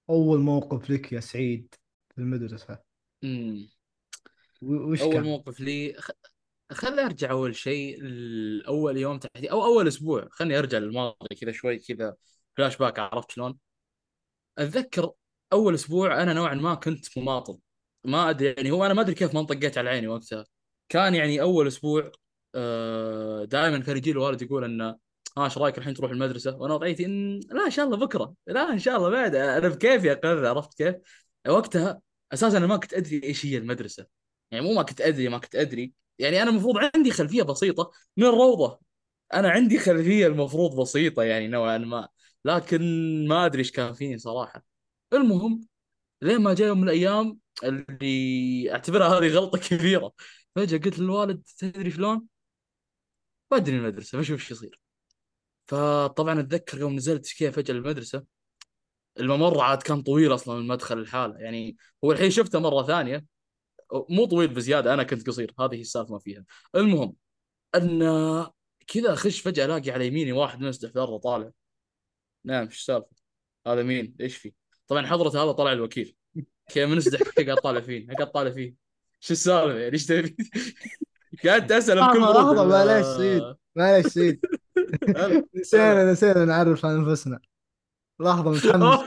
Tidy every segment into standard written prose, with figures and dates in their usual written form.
أول موقف لك يا سعيد في المدرسة امم وش اول كان؟ موقف لي خليني ارجع اول شيء الاول يوم تحدي او اول اسبوع. خليني ارجع للماضي كذا شوي كذا، فلاش باك. عرفت شلون؟ اتذكر اول اسبوع انا نوعا ما كنت مماطل. ما ادري يعني، هو انا ما ادري كيف ما انطقيت على عيني وقتها. كان يعني اول اسبوع دائما كان يجي الوالد يقول انه ها ايش رايك الحين تروح المدرسه؟ وانا وضعيتي ان لا ان شاء الله بكره، لا ان شاء الله بعد، انا بكيفي اقرر. عرفت كيف؟ وقتها اساسا انا ما كنت ادري ايش هي المدرسه. يعني مو ما كنت ادري يعني انا المفروض عندي خلفيه بسيطه من الروضه. انا عندي خلفيه المفروض بسيطه يعني نوعا ما، لكن ما ادري ايش كان فيني صراحه. المهم لين ما جاء يوم من الايام اللي اعتبرها هذه غلطه كبيره. فجاه قلت للوالد تدري شلون؟ ودني المدرسه بشوف ايش يصير. فطبعا اتذكر يوم نزلت كيف فجاه المدرسه، الممر عاد كان طويل اصلا من مدخل الحاله يعني. هو الحين شفته مره ثانيه، مو طويل بزياده، انا كنت قصير، هذه السالفه ما فيها. المهم ان كذا اخش فجاه الاقي على يميني واحد مسدح في الارض طالع. نعم ايش السالفه؟ هذا مين؟ ايش فيه؟ طبعا حضرة هذا طلع الوكيل. كيف منسدح كذا قاعد طالع فيه، قاعد طالع فيه. شو السالفه يعني؟ ايش تبي؟ قعدت اساله بكل لحظة برود لحظة، معليش سعيد، معليش سعيد. هلا هلا. نسينا نعرف عن أنفسنا. لحظة، متحمس. أوه.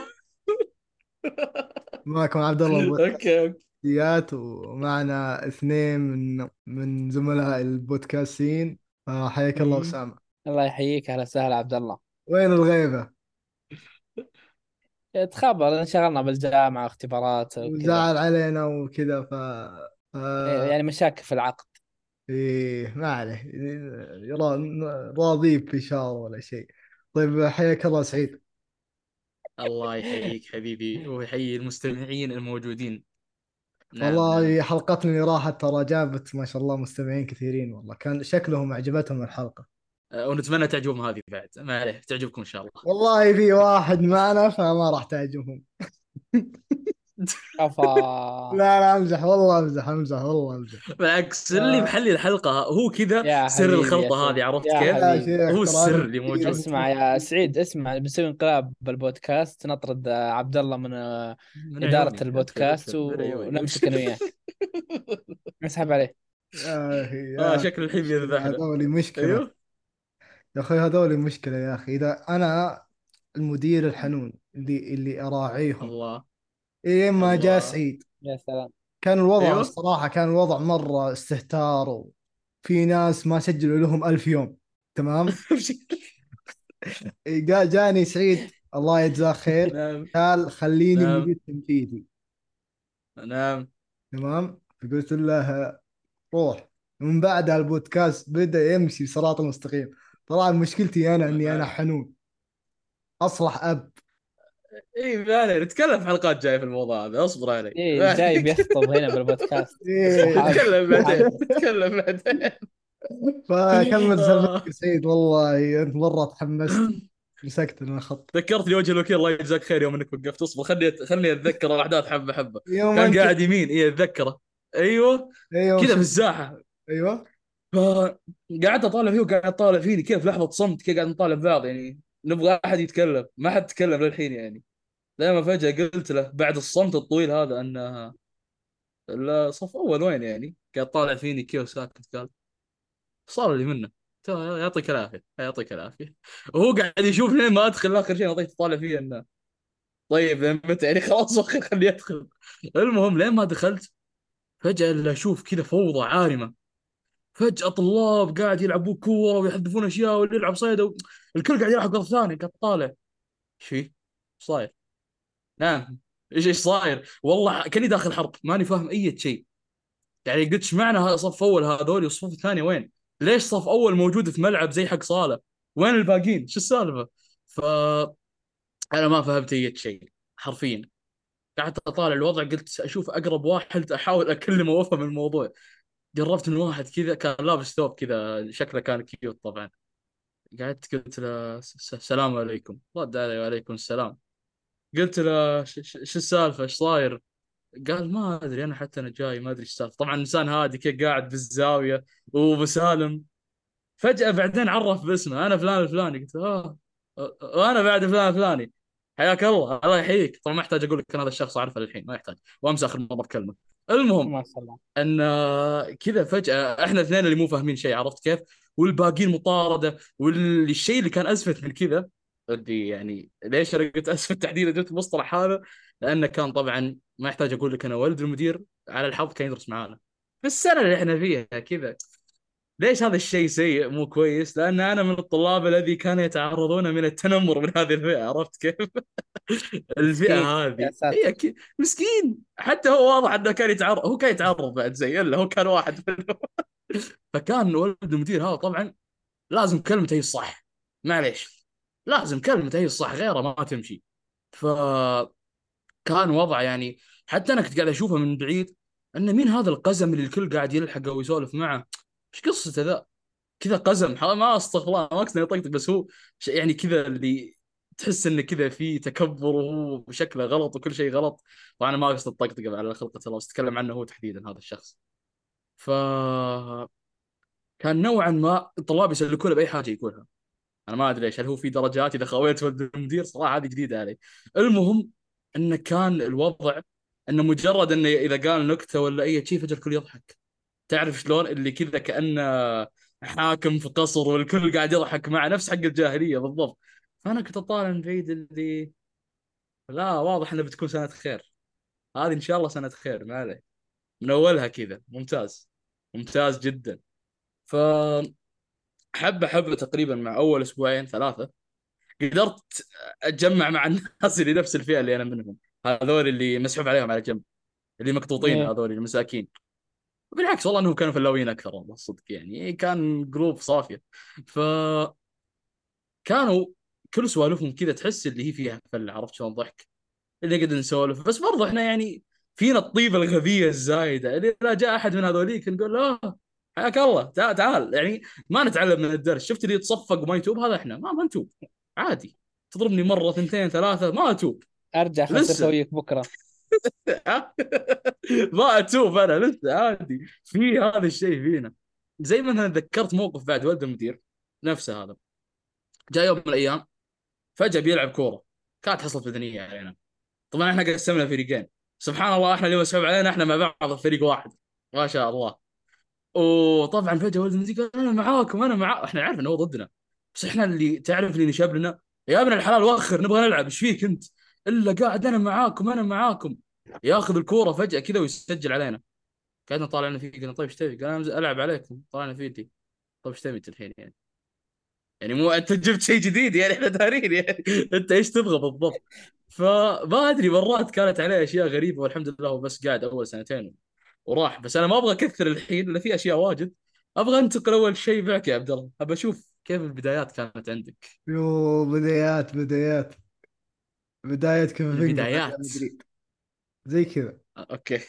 معكم عبد الله اوكي اوكي. بودكاستيات، ومعنا اثنين من زملاء البودكاستين. حياك الله مم. أسامة. الله يحييك، اهلا وسهلا عبد الله. وين الغيبة؟ تخبر انشغلنا بالجامعه واختبارات وكذا. وزعل علينا وكذا ف... يعني مشاكل في العقد. إيه، ما عليه. راضيك في شهر ولا شيء. طيب، حياك الله سعيد. الله يحييك حبيبي ويحيي المستمعين الموجودين. نعم نعم. والله حلقتنا اللي راحت ترى جابت ما شاء الله مستمعين كثيرين، والله كان شكلهم عجبتهم الحلقة. ونتمنى تعجبهم هذه بعد، ما عليه تعجبكم ان شاء الله. والله في واحد معنا فما راح تعجبهم. افا. لا لا، امزح والله، امزح والله امزح. بالعكس، اللي آه، محلي الحلقه هو كذا يا سر حبيبي يا الخلطه هذه. سيد، عرفت يا كيف؟ يا حبيبي. شيخ هو ترى انا السر اللي مثير. موجود. اسمع يا سعيد، اسمع، بنسوي انقلاب بالبودكاست، نطرد عبد الله من من اداره عيوني، ابشر البودكاست ابشر من عيوني ونمسك ابشر. انا وياك، نسحب عليه. يا اخي اه يا اخي، شكل الحين يذبحنا. هذولي مشكلة. ايوه. يا اخي هذولي مشكلة يا اخي، اذا انا المدير الحنون اللي اراعيهم. الله. ايه، ما جاء الله. سعيد يا سلام. كان الوضع ايوه. الصراحة، كان الوضع مرة استهتار، وفي ناس ما سجلوا لهم 1000 يوم. تمام. جاني سعيد الله يجزاه خير، نعم قال خليني نعم مدير تنفيذي. نعم. تمام، فقلت له روح. ومن بعدها البودكاست بدأ يمشي صراط المستقيم. طبعا مشكلتي أنا إني أنا حنون، أصلح أب. اي فعلا نتكلم في حلقات جايه في الموضوع هذا، اصبر علي. ايه، جاي بيخطب هنا بالبودكاست. اصبح إيه. اب. نتكلم اصبح اب. بعدين نتكلم بعدين. فكمل سالفتك آه. يا سعيد، والله أنت مرة تحمست، مسكت من الخط. ذكرتني وجه الوكيل الله يجزاك خير يوم انك وقفت. اصبر خلني اتذكر الاحداث حبه حبه. يوم كان أنت. قاعد يمين، اي اتذكره. ايوه. أيوه، كذا شو في اسمه؟ الساحه. أيوه. فقعدت اطالع فيه وقاعد طالع فيني كذا في لحظه صمت، كذا قاعد نطالع بعض يعني. نبغى احد يتكلم، ما حد تكلم للحين يعني. لما فجاه قلت له بعد الصمت الطويل هذا انه الصف اول وين يعني. قاعد طالع فيني كذا وساكت. قال صار اللي منه. يعطيك العافيه يعطيك العافيه. وهو قاعد يشوفني لين ما ادخل. اخر شيء اعطيته طالع فيه انه طيب لين متى يعني؟ خلاص اخر خليه يدخل. المهم لين ما دخلت، فجاه اللي اشوف كذا فوضى عارمه. فجاه طلاب قاعد يلعبون كوره ويحذفون اشياء، واللي يلعب صيد الكل قاعد يلعب قرص ثاني. قاعد طالع ايش فيه؟ ايش صاير؟ نعم. ايش صاير؟ والله كاني داخل حرب ماني فاهم اي شيء. يعني قلت ايش معنى صف اول هذول والصف الثاني وين؟ ليش صف اول موجود في ملعب زي حق صاله؟ وين الباقيين؟ شو السالفه؟ فانا ما فهمت اي شيء حرفيا. قعدت اطالع الوضع، قلت اشوف اقرب واحد احاول اكلمه وافهم الموضوع. قربت من واحد كذا كان لابس ثوب كذا شكله كان كيوت طبعا. قعدت قلت له السلام عليكم. رد علي وعليكم السلام. قلت له شو السالفه ايش صاير؟ قال ما ادري انا، حتى انا جاي ما ادري ايش السالفه. طبعا انسان هادي كذا قاعد بالزاويه وبسالم. فجاه بعدين عرف باسمه، انا فلان الفلاني. قلت وانا بعد فلان الفلاني. حياك الله، الله يحييك. طبعا ما احتاج اقول لك انا هذا الشخص اعرفه للحين، ما يحتاج، وامس اخر مره بكلمه. المهم ما شاء الله. ان كذا فجاه احنا اثنين اللي مو فاهمين شيء، عرفت كيف؟ والباقيين مطارده. والشيء اللي كان ازفت من كذا، اللي يعني ليش انا قلت ازفت تحديدا، جبت المصطلح هذا، لانه كان طبعا ما يحتاج اقول لك، انا ولد المدير على الحظ كان يدرس معانا في السنه اللي احنا فيها كذا. ليش هذا الشيء سيء مو كويس؟ لان انا من الطلاب الذي كانوا يتعرضون من التنمر من هذه الفئه، عرفت كيف؟ الفئه مسكين يا هذه ساتر. هي مسكين، حتى هو واضح انه كان يتعرض، هو كان يتعرض بعد زي الا هو كان واحد منهم. فكان ولد المدير هذا طبعا لازم كلمته هي الصح، معليش، لازم كلمته هي الصح، غيره ما تمشي. فكان وضع يعني، حتى انا كنت قاعد اشوفه من بعيد، ان مين هذا القزم اللي الكل قاعد يلحقه ويسولف معه، ايش قصته ذا؟ كذا قزم، ما استغفر الله، ما اقصد يطقطق، بس هو يعني كذا اللي تحس انه كذا في تكبر، وهو شكله غلط وكل شيء غلط. وانا ما اقصد الطقطقه على خلقه الله، بس اتكلم عنه هو تحديدا هذا الشخص. ف كان نوعا ما الطلاب يسلكونه باي حاجه يقولها. انا ما ادري ليش، هل هو في درجات اذا خويت ولد المدير؟ صراحه هذه جديده علي. المهم انه كان الوضع انه مجرد انه اذا قال نكته ولا اي شيء فجاه الكل يضحك. تعرف شلون اللي كذا كأنه حاكم في قصر والكل قاعد يضحك معه، نفس حق الجاهلية بالضبط. فأنا كنت أطالع من بعيد اللي لا، واضح أنها بتكون سنة خير، هذه إن شاء الله سنة خير ما عليه. من أولها كذا ممتاز، ممتاز جدا. فحبة حبة تقريبا مع أول أسبوعين ثلاثة قدرت أتجمع مع الناس اللي نفس الفئة اللي أنا منهم، هذول اللي مسحوب عليهم على جنب، اللي مقطوطين، ايه. هذول المساكين. بالعكس والله انهم كانوا فلاوين اكثر، والله الصدق يعني كان جروب صافيه. فكانوا كل سوالفهم كذا تحس اللي هي فيها فل، عرفت شلون؟ ضحك اللي قد نسولف، بس برضه احنا يعني فينا الطيبه الغبيه الزايده، اللي لا جاء احد من هذوليك نقول له حياك الله، تعال تعال يعني. ما نتعلم من الدرس، شفت اللي يتصفق وما يتوب، هذا احنا ما نتوب عادي. تضربني مره ثنتين ثلاثه ما اتوب ارجع خسر لسه. سويك بكره. ما اتوب انا لسه عادي، في هذا الشيء فينا. زي ما انا تذكرت موقف بعد ولد المدير نفسه هذا، جاء يوم من الايام فجاه بيلعب كوره، كانت حصه بدنيه علينا. طبعا احنا قسمنا فريقين، سبحان الله احنا اللي مسحوب علينا احنا مع بعض في فريق واحد، ما شاء الله. وطبعا فجاه ولد المدير قال انا معاكم، انا مع، احنا نعرف انه هو ضدنا، بس احنا اللي تعرف اللي نشاب لنا، يا ابن الحلال وخر نبغى نلعب، ايش فيك انت؟ الا قاعد انا معاكم انا معاكم. ياخذ الكوره فجاه كذا ويسجل علينا. قعدنا طالعنا فيه، قلنا طيب ايش تبي؟ قال انا العب عليكم. طالعنا فيه دي. طيب ايش تبي انت الحين يعني؟ يعني مو انت جبت شيء جديد يعني، احنا دارين يعني انت ايش تبغى بالضبط؟ فما ادري، مرات كانت عليه اشياء غريبه، والحمد لله هو بس قاعد اول سنتين وراح. بس انا ما ابغى اكثر الحين، الا في اشياء واجد. ابغى انتقل اول شيء معك يا عبد الله، ابى اشوف كيف البدايات كانت عندك. يو بدايات بداية كيفنجا مع ريال البدايات. مدريد زي كذا. اوكي.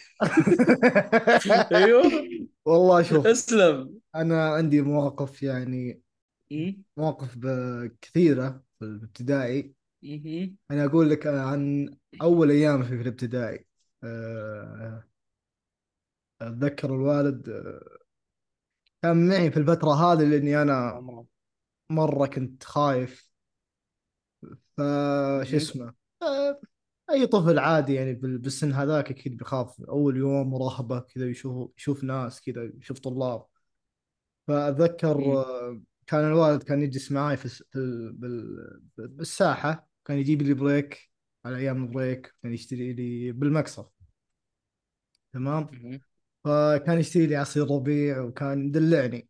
ايوه. والله شوف، اسلم. أنا عندي مواقف يعني، م- مواقف كثيرة في الابتدائي. م- أنا أقول لك عن أول أيام في الابتدائي. أه، أتذكر الوالد كان معي في الفترة هذه لأني أنا عمره. مرة كنت خايف. فش م- اسمه، أي طفل عادي يعني بالسن هذاك أكيد بيخاف أول يوم، مراهبة كذا، يشوف ناس كذا، يشوف طلاب. فأتذكر م- كان الوالد كان يجلس معاي بالساحة، كان يجيب لي بريك على أيام البريك، كان يشتري لي بالمقصف. تمام. م- فكان يشتري لي عصير ربيع وكان يدلعني.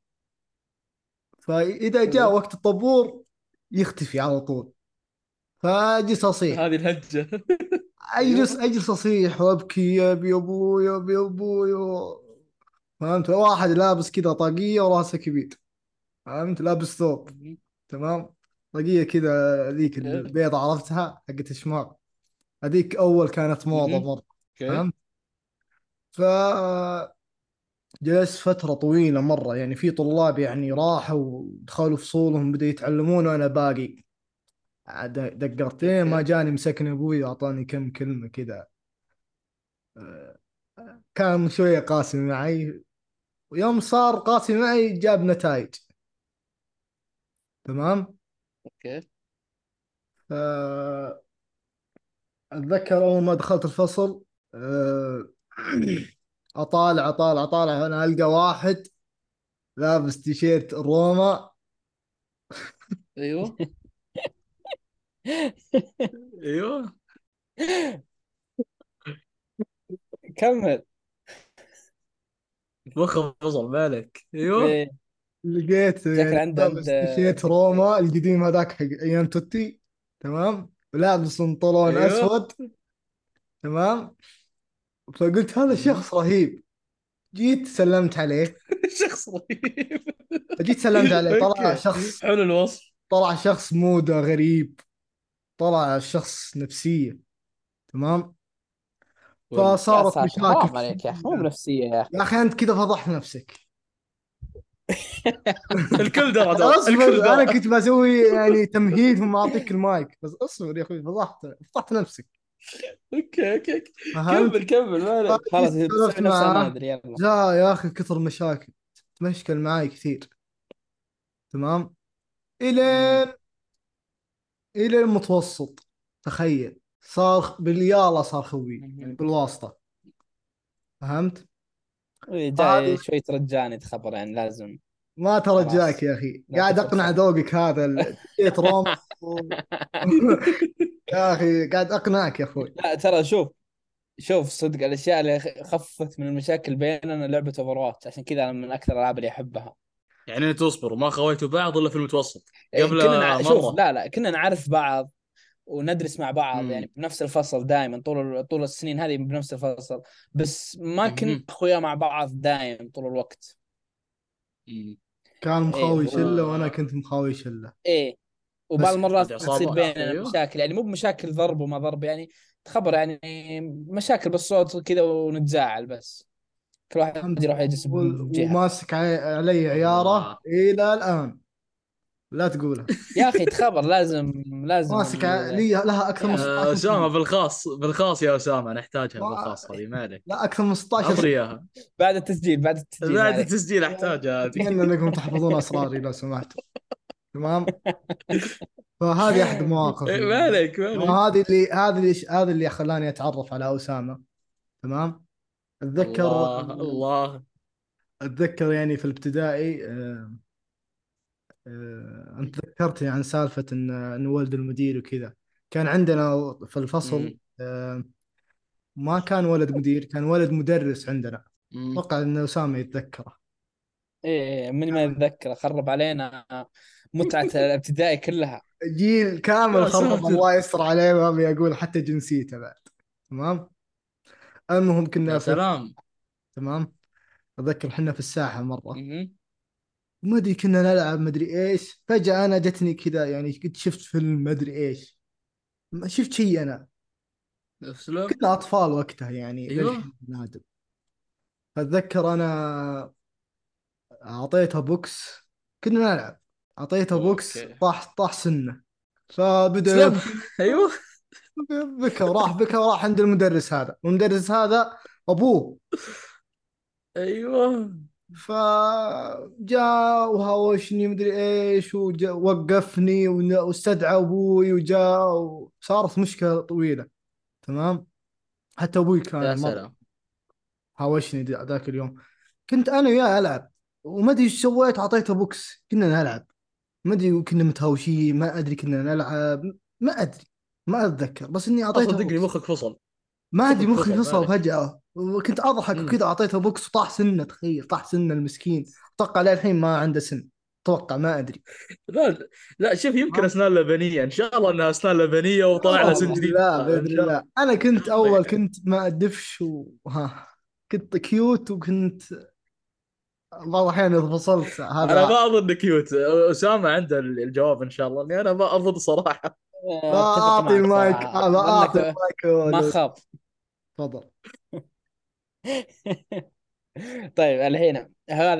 فإذا جاء حلو. وقت الطابور يختفي على طول. فأجلس أصيح، هذه الهجة. أجلس ايوه. أجلس أصيح وأبكي، يا أبي أبوي يا أبي أبوي فهمت؟ واحد لابس كذا طاقية وراسه كبير، فهمت؟ لابس ثوب. م- تمام. طاقية كذا ذيك اوكي. البيضة، عرفتها حقت الشماغ، هذيك أول كانت موضة م- مرة. اوكي. فهمت؟ فجلست فترة طويلة مرة، يعني في طلاب يعني راحوا ودخلوا فصولهم بدأوا يتعلمون وأنا باقي. عاد دقرتين ما اوكي. جاني، مسكني أبوي وأعطاني كم كلمة كذا. كان شوية قاسي معي، ويوم صار قاسي معي جاب نتائج. تمام. اوكي. ف اتذكر اول ما دخلت الفصل، آه، اطالع انا القى واحد لابس تيشيرت روما. ايوه ايوه. كمل. مخه فصل بالك. ايوه إيه، لقيته شكل يعني عند لابس تيشيرت روما القديم هذاك حق ايام توتي. تمام. ولابس بنطلون ايوه. اسود. تمام. فقلت هذا مم. شخص رهيب. جيت سلمت عليه. شخص رهيب. جيت سلمت عليه، طلع اوكي، شخص. حلو الوصف. طلع شخص موده غريب. طلع شخص نفسية. تمام. يا فصارت ساتر مشاكل حرام عليك يا أخي، مو شديدة. بنفسية يا أخي. يا أخي أنت كذا فضحت نفسك. الكل درى دور، الكل اصبر، أنا درى. كنت بسوي يعني تمهيد ثم أعطيك المايك، بس اصبر يا أخوي، فضحت نفسك. اوكي اوكي أوكي. فهمت. كمل كمل مالك. خلاص فجيت سولفت بتسوي نفسها ما معاه. أدري، يلا. جاء يا أخي كثر مشاكل. تمشكل معاي كثير. تمام. مم. إلين المتوسط. تخيل صار باليالا، صار خوي يعني مهم. بالواسطة. فهمت. إيه، هذه جاي شوي ترجاني تخبر يعني لازم. ما ترجاك خلاص، يا اخي، نعطيه قاعد اقنع فرصة. ذوقك هذا جيت روما يا اخي قاعد اقنعك يا اخوي. لا ترى شوف صدق الاشياء اللي خفت من المشاكل بيننا لعبه اوفر واتش، عشان كذا انا من اكثر الالعاب اللي احبها. يعني انت تصبر وما خويتوا بعض الا في المتوسط إيه، قبل شوف، مره. لا كنا نعرف بعض وندرس مع بعض امم يعني بنفس الفصل دائما، طول السنين هذه بنفس الفصل. بس ما كنا امم اخويا مع بعض دائما طول الوقت. أمم. كان ايه مخاوي شله وانا آه. كنت مخاوي شله. ايه. وبعض بس المرات هذه تصير عصابه، بيننا ايوه. مشاكل، يعني مو بمشاكل ضرب وما ضرب يعني، خبر يعني، مشاكل بالصوت كذا ونتزاعل بس. كل واحد فهمت. يروح يجلس بجهة. وماسك علي عياره الله. الى الان. لا تقولها. يا اخي تخبر لازم ماسك لي لها اكثر من يا 16 اسامه، سنه. بالخاص يا اسامه، نحتاجها ما... بالخاص هذه مالك. لا اكثر من 16 عطني سنه. اياها بعد التسجيل بعد معليش. التسجيل، احتاجها هذه. اتمنى انكم تحفظون اسراري لو سمحتوا. تمام. فهذه احد المواقف يعني. مالك. هذا اللي خلاني اتعرف على اسامه. تمام. اتذكر الله الله. اتذكر يعني في الابتدائي، انت ذكرتني عن سالفه ان ولد المدير وكذا. كان عندنا في الفصل، امم ما كان ولد مدير، كان ولد مدرس عندنا. امم اتوقع ان اسامه يتذكره. ايه، من ما يتذكر خرب علينا متعة الابتدائي كلها. جيل كامل يا خرب، ساتر. الله يستر عليه، ما ابي اقول حتى جنسيته بعد. تمام. المهم يا كنا في. سلام. تمام. اتذكر احنا في الساحه مره. مهم. ما ادري كنا نلعب ما ادري ايش، فجاه انا جتني كذا يعني كنت شفت فيلم ما ادري ايش. ما شفت شيء انا. اسلم. كنا اطفال وقتها يعني ايوه. للحين نادم. اتذكر انا اعطيته بوكس. كنا نلعب. اعطيته بوكس، اوكي. طاح سنه. فبدا اسلم. يبكي. ايوه. بكى وراح عند المدرس هذا، والمدرس هذا ابوه. ايوه. فجاء وهاوشني مدري ايش، ووقفني واستدعى ابوي وجاء، وصارت مشكله طويله. تمام. حتى ابوي يا كان مره سلام. هاوشني ذاك اليوم. كنت انا وياه العب، وما ادري ايش سويت، اعطيته بوكس كنا نلعب. ما ادري كنا متهاوشين، ما ادري كنا نلعب. ما ادري. ما اتذكر، بس اني اعطيته صدقني بوكس. مخك فصل. ما ادري مخك مخي فصل فصل مالك. فجأة، وكنت اضحك امم وكذا، اعطيته بوكس وطاح سنه. تخيل طاح سنه المسكين. اتوقع للحين ما عنده سن. اتوقع، ما ادري. لا لا، شوف، يمكن تمام. اسنان لبنيه، ان شاء الله انها اسنان لبنيه وطلع لها سن باذن جديد الله ان باذن شاء الله، انا كنت الله اول يعني. كنت ما ادفش وها. كنت كيوت وكنت بعض الاحيان اذا فصلت انا هذا. ما اظن كيوت. اسامه عنده الجواب ان شاء الله، اني انا ما ارفض صراحه. اتفق اعطي معك المايك، صراحة لانك المايك ما خاب. تفضل. طيب الحين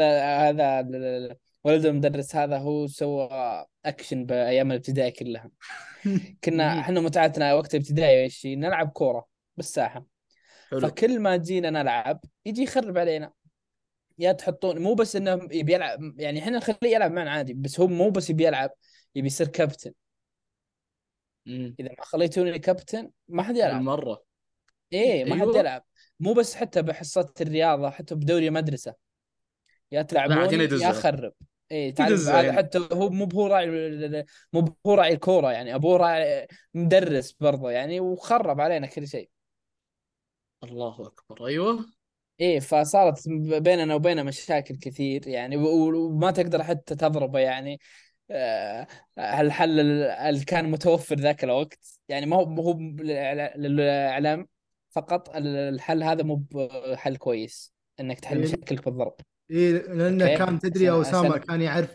ولد المدرس هذا هو سوى اكشن بايام الابتدائي كلها. كنا مهم. احنا متعتنا وقت الابتدائي ايش هي؟ نلعب كورة بالساحة. حلو. فكل ما جينا نلعب يجي يخرب علينا. يا تحطون، مو بس انه يبي يلعب، يعني احنا نخليه يلعب معنا عادي، بس هو مو بس يبي يلعب، يبي يصير كابتن. اذا ما خليتوني كابتن ما حد يلعب. بالمره. ايه ما حد ايوه. يلعب. مو بس حتى بحصة الرياضة، حتى بدوري مدرسة، يا لا عاد هنا تلعبوني يا يدزها، اخرب. ايه تعرف يدزها هذا، هنا. حتى هو مو راعي مو هو راعي الكورة، يعني ابوه راعي مدرس برضه يعني، وخرب علينا كل شيء. الله اكبر. ايوه. ايه فصارت بيننا وبينه مشاكل كثير يعني، وما تقدر حتى تضربه يعني. آه، الحل اللي كان متوفر ذاك الوقت يعني، ما هو للإعلام فقط، الحل هذا مو بحل كويس انك تحل إيه مشاكلك بالضرب. إيه، لأنه اوكي كان تدري عشان يا أسامة عشان كان يعرف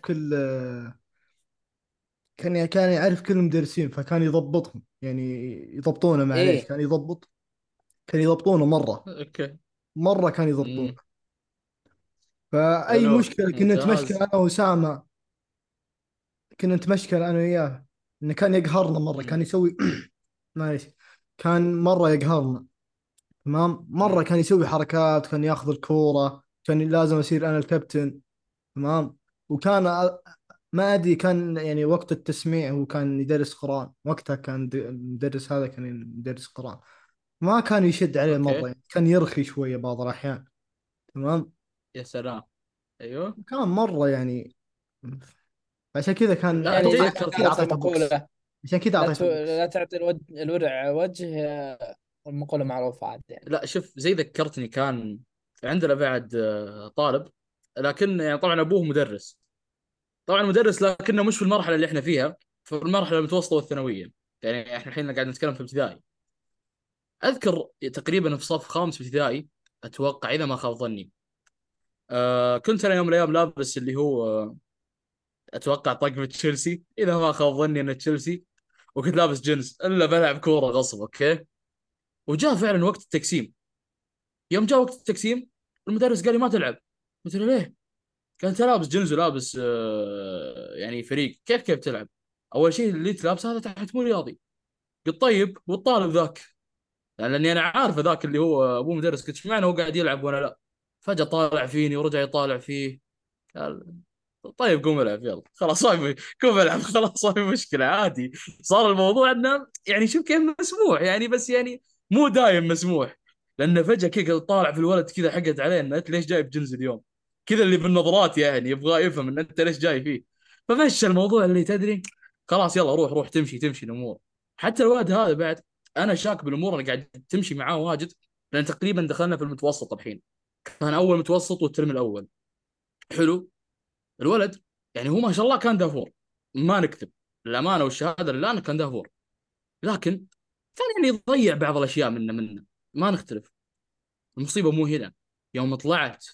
كان يعرف كل المدرسين، فكان يضبطهم يعني، يضبطونه، معليش، ايه كان يضبطونه مرة، اوكي. مرة كان يضبطونه. امم. فأي حلو. مشكلة كنا نتمشكل ممتاز. أنا وأسامة، كنا نتمشكل أنا وياه، إنه كان يقهرنا مرة، كان امم. يسوي معليش، كان مرة يقهرنا. تمام، مرة امم. كان يسوي حركات، كان ياخذ الكورة، كان لازم أصير أنا الكابتن. تمام. وكان ما أدري، كان يعني وقت التسميع هو كان يدرس قرآن وقتها، كان المدرس هذا كان يدرس قرآن، ما كان يشد عليه مرة اوكي. يعني، كان يرخي شوية بعض الأحيان. تمام. يا سلام. ايوه. كان مرة يعني، عشان كذا كان لا يعني انت زي ذكرتني ما في أعطيته بوكس، المقولة، عشان كذا أعطيته لا بوكس. تعطي الورع وجه. المقولة معروفة عاد يعني. لا شوف، زي ذكرتني كان عندنا بعد طالب، لكن يعني طبعا ابوه مدرس، طبعا مدرس لكنه مش في المرحله اللي احنا فيها، في المرحله المتوسطه والثانويه. يعني احنا الحين قاعد نتكلم في ابتدائي. اذكر تقريبا في صف خامس ابتدائي، اتوقع اذا ما خاب ظني. كنت انا يوم من الايام لابس اللي هو اتوقع طقم تشيلسي، اذا ما خاب ظني انه تشيلسي، وكنت لابس جينز الا بلعب كوره غصب. اوكي. وجاء فعلا وقت التقسيم. يوم جاء وقت التقسيم، المدرس قال لي ما تلعب. قلت له ليه؟ قال انت لابس جينز ولابس يعني فريق، كيف تلعب؟ اول شيء اللي انت لابسه هذا تحت مو رياضي. قلت طيب والطالب ذاك؟ يعني لاني انا عارف ذاك اللي هو ابو مدرس، قلت ايش معنى هو قاعد يلعب وانا لا؟ فجاه طالع فيني ورجع يطالع فيه. قال طيب قوم العب يلا خلاص، ما في قوم العب خلاص، ما في مشكله عادي. صار الموضوع انه يعني شوف كيف مسموح يعني، بس يعني مو دايم مسموح. لانه فجاه كذا طالع في الولد كذا، حقد علينا انت ليش جايب جنز اليوم؟ كذا اللي بالنظرات يعني يبغى يفهم ان انت ليش جاي فيه. فمشى الموضوع اللي تدري، خلاص يلا روح روح، تمشي الامور. حتى الولد هذا بعد انا شاك بالامور اللي قاعد تمشي معاه واجد، لان تقريبا دخلنا في المتوسط الحين. كان اول متوسط والترم الاول. حلو. الولد يعني هو ما شاء الله كان دافور، ما نكذب، الامانه والشهاده لله انه كان دافور، لكن كان يعني يضيع بعض الاشياء منا ما نختلف. المصيبه مو هنا. يوم طلعت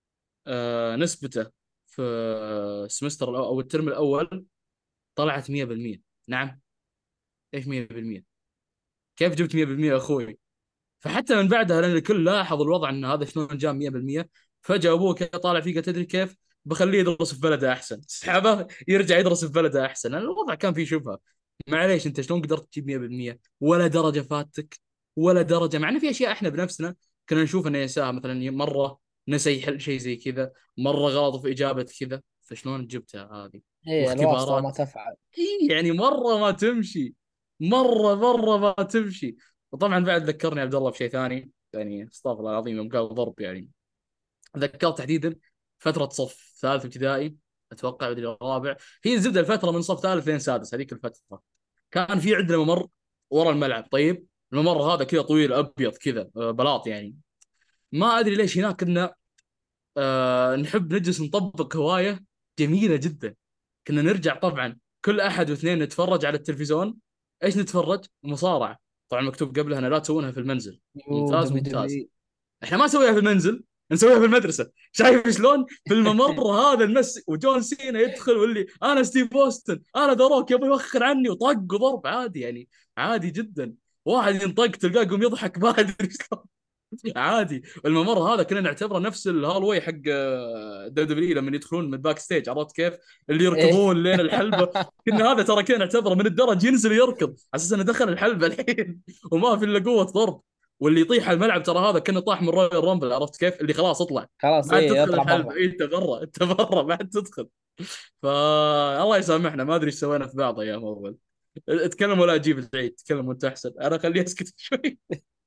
نسبته في السمستر او الترم الاول طلعت 100%. نعم. ايش 100%؟ كيف جبت 100% يا اخوي؟ فحتى من بعدها لان الكل لاحظ الوضع ان هذا شلون جاب 100%. فجاه ابوه كذا طالع فيه، قال تدري كيف؟ بخليه يدرس في بلده احسن، سحبه يرجع يدرس في بلده احسن، لان الوضع كان فيه شبهه. معليش انت شلون قدرت تجيب 100%؟ ولا درجه فاتك، ولا درجه، مع ان في اشياء احنا بنفسنا كنا نشوف انه يساها، مثلا مره نسى يحل شيء زي كذا، مره غلط في اجابه كذا، فشلون جبتها هذه؟ ايه الواسطة ما واختبارات. تفعل. يعني مره ما تمشي، مره ما تمشي. وطبعا بعد ذكرني عبد الله بشيء ثاني، يعني استغفر الله العظيم يوم قال ضرب يعني. ذكرت تحديدا فتره صف ثالث ابتدائي، اتوقع بدري الرابع. هي الزبده الفتره من صف ثالث لين سادس، هذيك الفتره كان في عندنا ممر ورا الملعب. طيب الممر هذا كذا طويل ابيض كذا بلاط يعني. ما ادري ليش هناك كنا نحب نجلس نطبق هوايه جميله جدا. كنا نرجع طبعا كل احد واثنين نتفرج على التلفزيون. ايش نتفرج؟ مصارعه. طبعا مكتوب قبلها أنا لا تسوونها في المنزل. يو ممتاز دبليو ممتاز. دبليو احنا ما نسويها في المنزل، نسويها في المدرسه. شايف شلون في الممر هذا نمسك، وجون سينا يدخل واللي انا ستيف بوستن انا ذا روك يبغى يوخر عني، وطق وضرب عادي يعني، عادي جدا. واحد ينطق تلقاه يقوم يضحك ما ادري شلون. عادي. الممر هذا كنا نعتبره نفس الهالوي حق دبليو دبليو لما يدخلون من الباك ستيج، عرفت كيف؟ اللي ايه يركضون لين الحلبه. كنا هذا ترى كنا نعتبره من الدرج ينزل يركض على اساس انه دخل الحلبه الحين وما في الا قوه ضرب. واللي يطيح على الملعب ترى هذا كنا طاح من رويال رامبل، عرفت كيف؟ اللي خلاص اطلع، خلاص ما عاد ايه تدخل اطلع الحلبه، برا. إيه انت برا، انت برا ما عاد تدخل. فالله يسامحنا، ما ادري ايش سوينا في بعض ايام اول. اتكلم ولا اجيب العيد، تكلم وانت احسن، انا خليه اسكت شوي.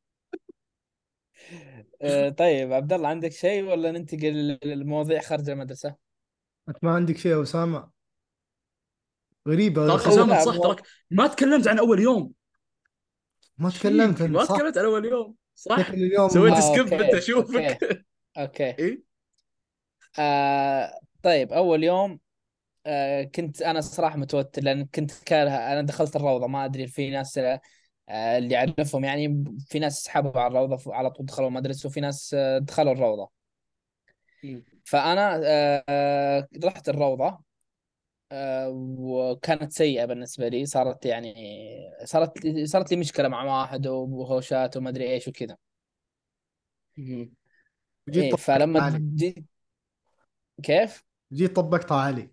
طيب عبد الله، عندك شيء ولا ننتقل للمواضيع خارج المدرسة؟ انت ما عندك شيء يا اسامه؟ غريبه ترى او خليك. اسامه لا صح تراك، ما تكلمت عن اول يوم. ما تكلمت شيك، انت ما صح؟ تكلمت عن اول يوم شكل صح. اليوم. سويت سكيب انت، اوكي اوكي اشوفك. اوكي. ايه. طيب اول يوم، كنت انا صراحه متوتر، لان كنت كاره. انا دخلت الروضه، ما ادري في ناس اللي اعرفهم يعني، في ناس حبوا على الروضه على طول دخلوا المدرسه، وفي ناس دخلوا الروضه. فانا رحت الروضه، وكانت سيئه بالنسبه لي. صارت يعني صارت لي مشكله مع واحد وهوشات وما ادري ايش وكذا. وجيت ايه طبقت فلما علي. جيت. كيف؟ جيت طبقتها علي.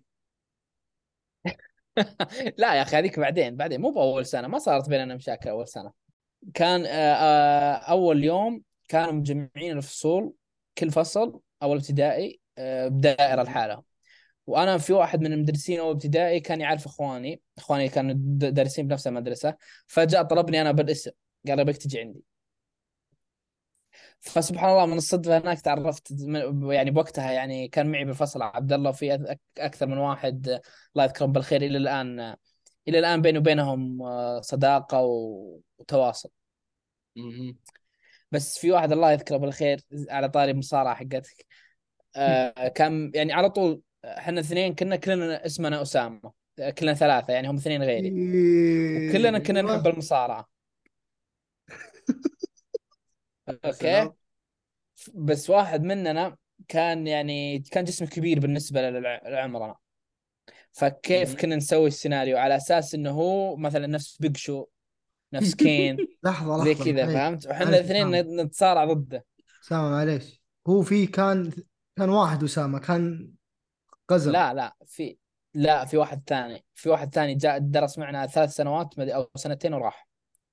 لا يا اخي، هذيك بعدين مو باول سنه، ما صارت بيننا مشاكل اول سنه. كان اول يوم كانوا مجمعين الفصول، كل فصل اول ابتدائي بدائره لحالها. وانا في واحد من المدرسين اول ابتدائي كان يعرف اخواني كانوا دارسين بنفس المدرسه. فجاء طلبني انا بالاسم، قال ابيك تجي عندي. فسبحان الله من الصدفه هناك تعرفت يعني بوقتها يعني كان معي بالفصل عبد الله، وفي اكثر من واحد الله يذكرهم بالخير الى الان. الى الان بيني وبينهم صداقه وتواصل. بس في واحد الله يذكره بالخير، على طاري المصارعه حقتك، كان يعني على طول احنا اثنين كنا كلنا اسمنا اسامه، كلنا ثلاثه يعني، هم اثنين غيري، وكلنا كنا نحب ايوه. المصارعه. يا اوكي. سلام. بس واحد مننا كان يعني كان جسمه كبير بالنسبه لعمرنا. فكيف كنا نسوي السيناريو على اساس انه هو مثلا نفس بيج شو، نفس كين، لحظه زي لحظه، كذا، معليش. فهمت؟ وحنا معليش الاثنين اسامه. نتصارع ضده. اسامه معليش. هو في كان واحد اسامه كان قزم. لا لا في لا في واحد ثاني، في واحد ثاني جاء درس معنا 3 سنوات او سنتين وراح،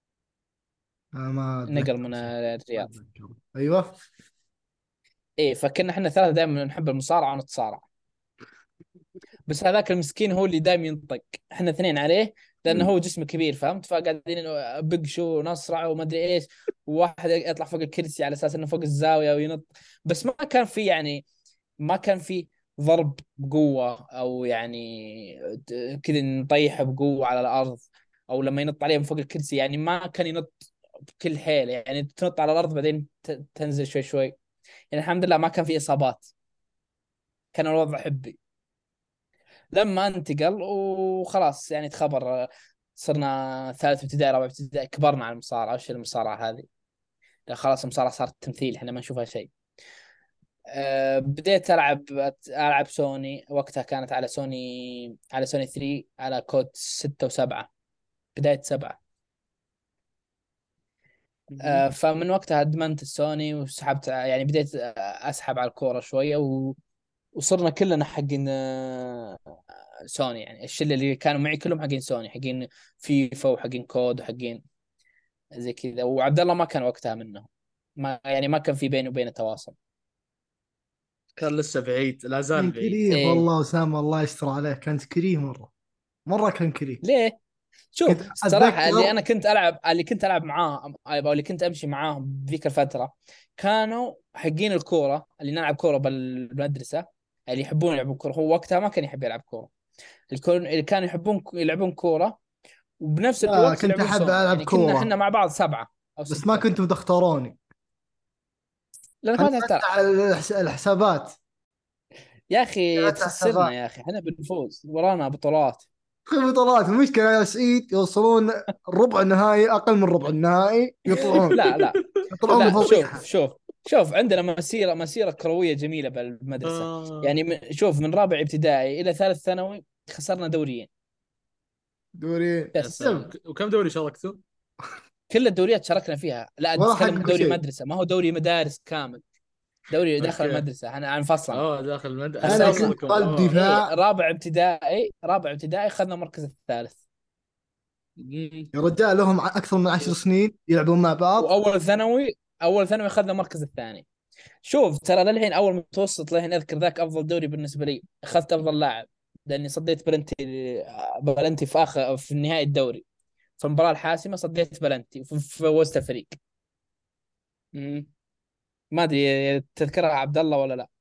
ما نقل اتذكر من اسمه. ما الرياض. اتذكر. ايوه. ايه فكنا احنا ثلاثه دائما نحب المصارعه ونتصارع. بس هذاك المسكين هو اللي دائما ينطق، احنا اثنين عليه، لانه هو جسمه كبير، فهمت؟ فقاعدين بق شو نصرع وما ادري ايش، وواحد يطلع فوق الكرسي على اساس انه فوق الزاويه وينط. بس ما كان في يعني، ما كان في ضرب بقوه، او يعني كذا نطيحه بقوه على الارض، او لما ينط عليه من فوق الكرسي يعني ما كان ينط بكل حيل، يعني تنط على الارض بعدين تنزل شوي شوي. يعني الحمد لله ما كان في اصابات، كان الوضع حبي. لما انتقل وخلاص يعني تخبر، صرنا ثالث ابتدائي رابع ابتدائي، كبرنا على المصارعه. وش المصارعه هذه؟ لا خلاص المصارعه صارت تمثيل، احنا ما نشوفها شيء. بديت العب سوني، وقتها كانت على سوني 3 على كود 6 و7، بدايه 7. فمن وقتها ادمنت السوني وسحبت، يعني بديت اسحب على الكوره شويه وصرنا كلنا حقين سوني، يعني الشله اللي كانوا معي كلهم حقين سوني، حقين فيفا وحقين كود وحقين زي كذا. وعبد الله ما كان وقتها منه، ما يعني ما كان في بيني وبينه تواصل. كان لسه بعيد، لا زال كان بعيد. كريه ايه. والله اسامه، الله يستر عليه، كانت كريه مره. مره كان كريه. ليه؟ شوف كنت الصراحه اتذكر. اللي كنت العب معاهم، او اللي كنت امشي معاهم بذيك الفتره، كانوا حقين الكوره، اللي نلعب كوره بالمدرسه، اللي يحبون يلعبون كوره. هو وقتها ما كان يحب يلعب كوره، اللي كانوا يحبون يلعبون كوره وبنفس لا الوقت كنت يلعبون احب سوني. العب يعني كنا كوره. احنا مع بعض 7 أو بس ما 6. كنتوا تختاروني. لانك انا ما تعرف تلعب. افتح الحسابات. يا اخي جهات تخسرنا، الحسابات. يا اخي احنا بنفوز ورانا بطولات. بطولات. المشكله يا سعيد يوصلون ربع النهائي، اقل من ربع النهائي يطلعون. لا لا يطلعون لا، شوف بفضيحه. شوف شوف، عندنا مسيرة كروية جميلة بالمدرسة. آه. يعني شوف من رابع ابتدائي إلى ثالث ثانوي خسرنا دوريين دوري. يا بس. سلام، وكم دوري شاركتوا؟ كل الدوريات شاركنا فيها. لا أنت ولا تتكلم حققوا دوري شيء. مدرسة، ما هو دوري مدارس كامل، دوري داخل اوكي. المدرسة احنا عن فصلنا. اه داخل انا انا خسرنا. كنت فصلكم قلب اه. دفاع. ايه رابع ابتدائي اخذنا المركز الثالث. مم. يا رجال لهم اكثر من 10 سنين يلعبون مع بعض. اول ثانوي اخذنا المركز الثاني. شوف ترى للحين اول متوسط للحين اذكر ذاك افضل دوري بالنسبه لي، اخذت افضل لاعب لاني صديت بلنتي في نهائي الدوري. في المباراة الحاسمة صديت بلنتي في وسط الفريق. مم. ما ادري تذكرها عبد الله ولا لا؟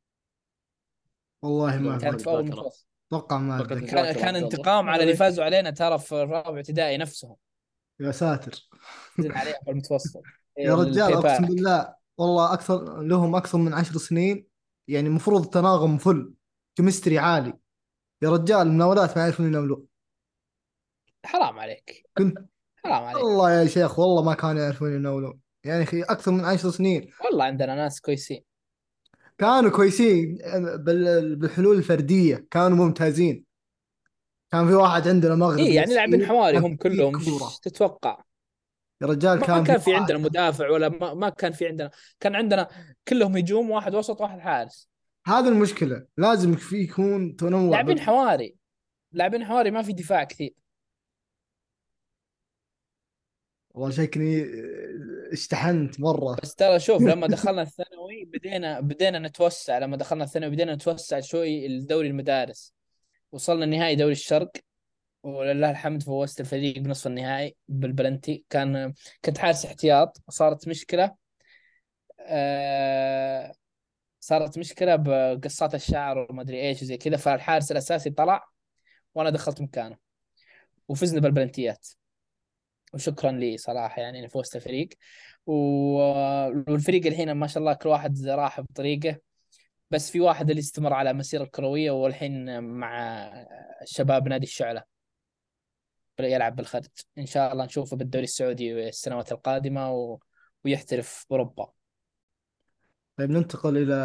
والله ما ما كانت اتذكر. في اول اتذكره. متوسط. اتوقع ما فقط اتذكر. كان الذاكره كان عبد الله. انتقام على اللي عليك. فازوا علينا ترى في الرابع ابتدائي نفسهم. يا ساتر. فزنا عليها في المتوسط. يا رجال الباي اقسم باك. بالله والله اكثر لهم اكثر من 10 سنين. يعني المفروض التناغم فل، كيمستري عالي. يا رجال المناولات ما يعرفون يناولون. حرام عليك. كنت حرام عليك. والله يا شيخ والله ما كانوا يعرفون يناولون. يعني اخي اكثر من 10 سنين. والله عندنا ناس كويسين. كانوا كويسين بالحلول الفرديه كانوا ممتازين. كان في واحد عندنا ايه مغربي يعني لاعبين اصيل حواري كان هم في كلهم، ايش كوره. تتوقع؟ يا رجال ما كان في كان في عندنا واحد. مدافع ولا ما كان في عندنا. كان عندنا كلهم هجوم، واحد وسط واحد حارس. هذا المشكله، لازم في يكون تنوع لاعبين حواري. لاعبين حواري، ما في دفاع كثير. والله شكلي اشتحنت مره. بس ترى شوف، لما دخلنا الثانوي بدينا نتوسع. لما دخلنا الثانوي بدينا نتوسع شوي الدوري المدارس. وصلنا نهائي دوري الشرق، ولله الحمد فوزت الفريق بنصف النهائي بالبلنتي. كنت حارس احتياط. آه... صارت مشكلة بقصات الشعر وما ادري ايش وزي كذا، فالحارس الاساسي طلع وانا دخلت مكانه وفزنا بالبلنتيات. وشكرا لي صراحة، يعني أنا فزت الفريق. والفريق الحين ما شاء الله كل واحد راح بطريقه. بس في واحد اللي استمر على مسيرة كروية والحين مع شباب نادي الشعلة يلعب بالخارج. إن شاء الله نشوفه بالدوري السعودي السنوات القادمة ويحترف بأوروبا. طيب ننتقل الى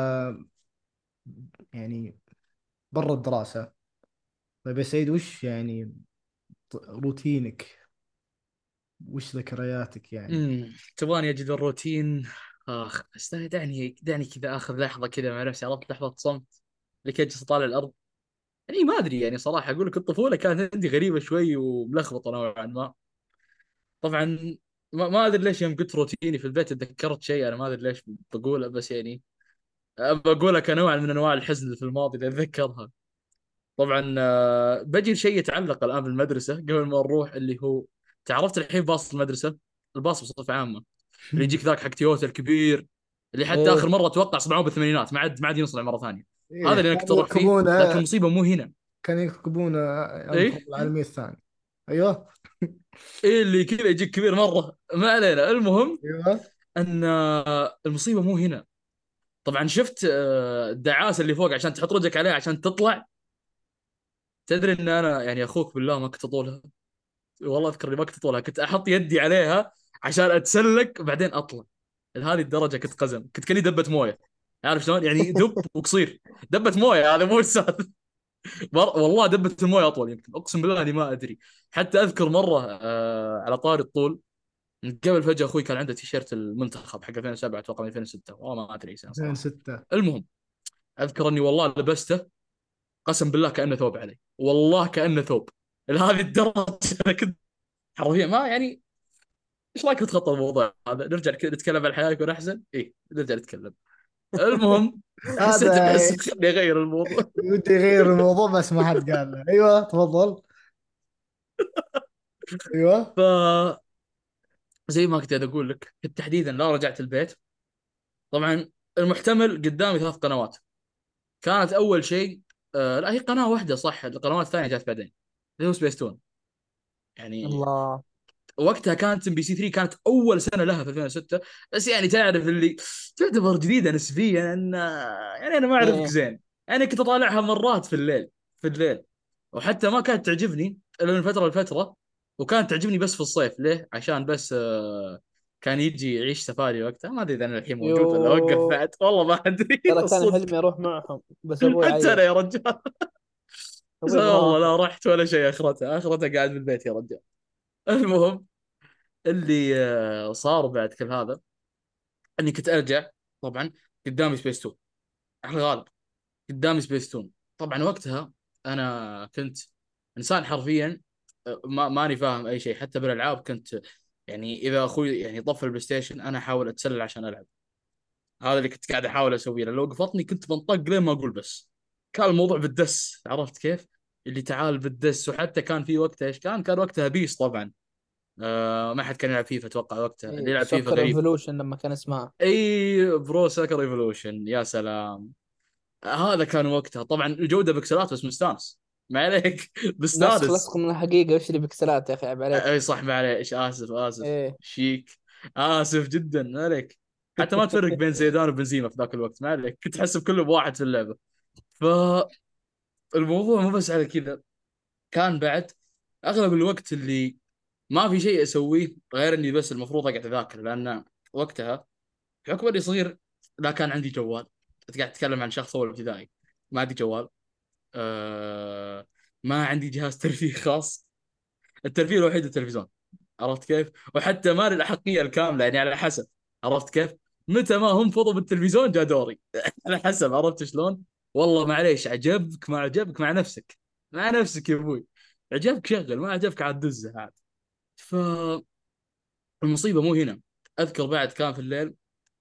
يعني برا الدراسه. طيب يا سعيد، وش يعني روتينك؟ وش ذكرياتك يعني؟ تبغاني اجد الروتين؟ بس دعني كذا اخذ لحظه كذا مع نفسي، عرفت لحظه صمت لكي اجلس اطالع الارض. يعني ما ادري، يعني صراحه اقول لك الطفوله كانت عندي غريبه شوي وملخبطه نوعا ما. طبعا ما ادري ليش يوم قلت روتيني في البيت تذكرت شيء انا ما ادري ليش بقوله، بس يعني بقولها كنوع من انواع الحزن اللي في الماضي اللي اتذكرها. طبعا بجي شيء يتعلق الان بالمدرسه قبل ما نروح، اللي هو تعرفت الحين باص المدرسه، الباص بصفه عامه اللي يجيك ذاك حق تويوتا الكبير، اللي حتى اخر ايه. مره اتوقع صنعوه بالثمانينات، ما عاد ينصنع مره ثانيه. هذا ايه اللي انا كنت كانوا اروح فيه، لكن يركبونه. المصيبه مو هنا. كانوا يركبونه ايام ايه. الحرب العالميه الثانيه. ايوه. ايه اللي كذا يجيك كبير مره، ما علينا. المهم ايوه. ان المصيبه مو هنا. طبعا شفت الدعاسه اللي فوق عشان تحط رجلك عليها عشان تطلع. تدري ان انا يعني اخوك بالله ما كنت اطولها. والله اذكر اني ما كنت اطولها، كنت احط يدي عليها عشان اتسلق بعدين اطلع. لهذه الدرجه كنت قزم، كنت كني دبه مويه. عارف شلون يعني دب وقصير. دبه مويه هذا مو السالفه. والله دبه المويه اطول يمكن، اقسم بالله اني ما ادري. حتى اذكر مره على طاري الطول، من قبل فجاه اخوي كان عنده تيشيرت المنتخب حق 2007 اتوقع من 2006 والله ما ادري اي سنه صراحه. 2006. المهم اذكر اني والله لبسته، قسم بالله كانه ثوب علي، والله كانه ثوب. لهذه الدرجه انا كنت حرفيا ما يعني. ايش رايك نتخطى الموضوع هذا، نرجع كذا نتكلم عن الحياه يكون احسن؟ ايه نرجع نتكلم. المهم حسيت هذا بحس خليني اغير الموضوع. ودي يغير الموضوع بس ما حد قال له. ايوه تفضل. ايوه. ف زي ما كنت اقول لك، كنت تحديدا لا رجعت البيت. طبعا المحتمل قدامي 3 قنوات. كانت اول شيء لا هي قناه واحده صح، القنوات الثانيه جات بعدين، اللي هو سبيس تون. يعني الله. وقتها كانت ام بي سي 3 كانت اول سنه لها في 2006. بس يعني تعرف اللي تعتبر جديده نسبيا ان يعني انا ما اعرفك ايه. زين. يعني كنت اطالعها مرات في الليل. وحتى ما كانت تعجبني الا من فتره لفتره. وكانت تعجبني بس في الصيف، ليه؟ عشان بس كان يجي يعيش سفاري وقتها، ما ادري اذا انا الحين موجود ولا وقف يو. بعد، والله ما ادري ترى كان الصدق. حلمي اروح معهم بس ابوي حتى انا عيط. يا رجال. بس ابوي ما والله لا وافق. رحت ولا شيء، اخرتها قاعد بالبيت يا رجال. المهم اللي صار بعد كل هذا اني كنت ارجع. طبعا قدامي سبيس تون على الغالب، قدامي سبيس تون. طبعا وقتها انا كنت انسان حرفيا ماني فاهم اي شيء، حتى بالالعاب كنت يعني اذا اخوي يعني طفى البلاي ستيشن انا احاول اتسلل عشان العب. هذا اللي كنت قاعد احاول اسويه، لو قفطني كنت بنطق لين ما اقول بس. كان الموضوع بالدس، عرفت كيف؟ اللي تعال بالدس. وحتى كان في وقتها ايش كان وقتها بيس طبعا. ما حد كان يلعب فيفا اتوقع وقتها، اللي إيه يلعب فيفا سوكر غريب. ايفولوشن لما كان اسمها. اي برو سكر ايفولوشن، يا سلام. هذا كان وقتها طبعا الجوده بكسلات بس مستانس، ما عليك نسخ مستانس. لصق من الحقيقة، وش اللي بكسلات يا اخي، عيب عليك. اي صح، معليش، اسف ايه شيك. اسف جدا، ما عليك. حتى ما تفرق بين زيدان وبنزيما في ذاك الوقت، ما عليك، كنت تحسب كله بواحد في اللعبه. فالموضوع مو بس على كذا، كان بعد اغلب الوقت اللي ما في شيء اسويه غير اني بس المفروض اقعد اذاكر، لان وقتها بحكم اني صغير لا كان عندي جوال. قاعد اتكلم عن شخص اول ابتدائي، ما عندي جوال. أه... ما عندي جهاز ترفيه خاص. الترفيه الوحيد التلفزيون، عرفت كيف؟ وحتى ما لي الأحقية الكاملة، يعني على حسب، عرفت كيف؟ متى ما هم فضوا بالتلفزيون جاء دوري. على حسب، عرفت شلون؟ والله معليش، عجبك ما عجبك مع نفسك، مع نفسك يا ابوي. عجبك شغل، ما عجبك عاد دزه عاد. فالمصيبة مو هنا. أذكر بعد كان في الليل،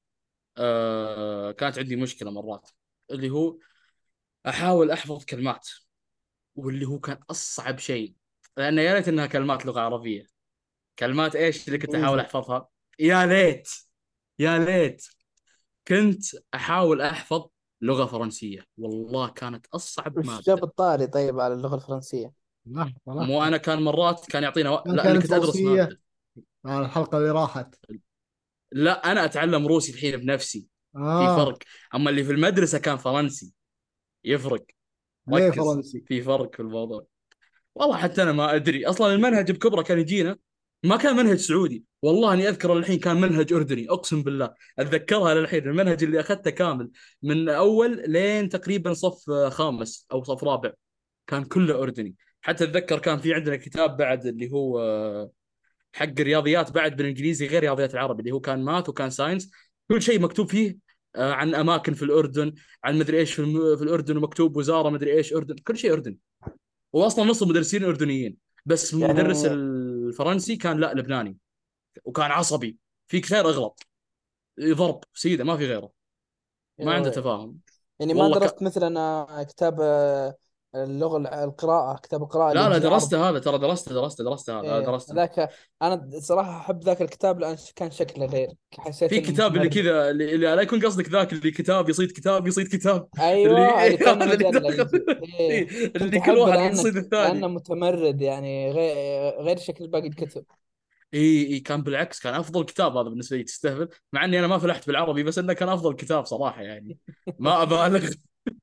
كانت عندي مشكلة مرات، اللي هو أحاول أحفظ كلمات، واللي هو كان أصعب شيء، لأن يا ريت إنها كلمات لغة عربية. كلمات ايش اللي كنت احاول انجليزي. احفظها؟ يا ليت، يا ليت كنت احاول احفظ لغة فرنسية، والله كانت اصعب وش جاب مادة. الطاري طيب على اللغة الفرنسية؟ لحظة مو لحظة. انا كان مرات كان يعطينا ما لا، اني كانت كنت ادرس روسية مادة. على الحلقة اللي راحت؟ لا انا اتعلم روسي الحين بنفسي، في آه. فرق. اما اللي في المدرسة كان فرنسي، يفرق. ليه ركز، فرنسي؟ في فرق في الموضوع. والله حتى انا ما ادري، اصلا المنهج بكبره كان يجينا ما كان منهج سعودي، والله اني اذكر الحين كان منهج اردني، اقسم بالله اتذكرها للحين. المنهج اللي اخذته كامل من اول لين تقريبا صف خامس او صف رابع كان كله اردني. حتى اتذكر كان في عندنا كتاب بعد اللي هو حق الرياضيات بعد بالانجليزي، غير رياضيات العربي، اللي هو كان ماث وكان ساينس. كل شيء مكتوب فيه عن اماكن في الاردن، عن مدري ايش في الاردن، ومكتوب وزاره مدري ايش اردن، كل شيء اردني. واصلا نص المدرسين اردنيين، بس مدرس يعني الفرنسي كان لا لبناني، وكان عصبي، فيك خير اغلط، ضرب سيده ما في غيره، ما عنده تفاهم. يعني ما والله درست مثلا كتاب اللغة القراءة، كتاب القراءة لا الإنجليزي درست العربي. هذا، ترى درست هذا، إيه درسته. ذاك. أنا صراحة أحب ذاك الكتاب لأن كان شكله غير، حسيت في إنه كتاب اللي متمرد. كذا، اللي لا يكون قصدك ذاك اللي كتاب يصيد كتاب يصيد كتاب. أيوة اللي اللي كأنه هذا اللي مجلة دخل. يجي إيه. كنت اللي كل أحبه واحد يصيد لأنه الثاني. متمرد، يعني غير شكل باقي الكتب. اي كان بالعكس، كان افضل كتاب هذا بالنسبه لي، تستهبل، مع اني انا ما فلحت بالعربي، بس انه كان افضل كتاب صراحه يعني، ما ابالغ.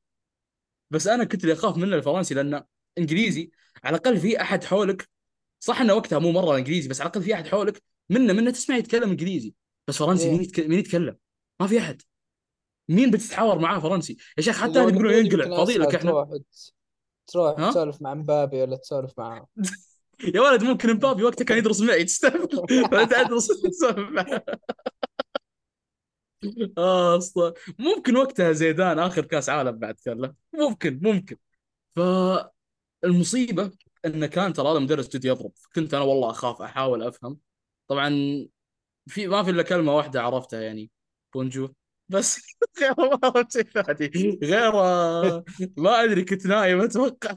بس انا كنت اللي اخاف منه الفرنسي، لانه انجليزي على الاقل في احد حولك. صح انه وقتها مو مره انجليزي، بس على الاقل في احد حولك منه تسمع يتكلم انجليزي. بس فرنسي إيه مين يتكلم؟ ما في احد. مين بتتحاور معاه فرنسي يا شيخ؟ حتى لو اهلي بيقولون الإنجليزي ينقلع، يمكن فاضي لك أسهل، احنا. تروح ها. تسولف مع مبابي ولا تسولف مع يا ولد ممكن مبابي وقتها كان يدرس معي، تستهبل. ولا تدرس تسولف معه. اصلا ممكن وقتها زيدان اخر كاس عالم بعد كان له، ممكن. فالمصيبه انه كان ترى هذا مدرس جد يضرب، كنت انا والله اخاف احاول افهم. طبعا ما في الا كلمه واحده عرفتها يعني، بونجو، بس. غير ما عرفت شيء ثاني غير ما ادري، كنت نايم اتوقع.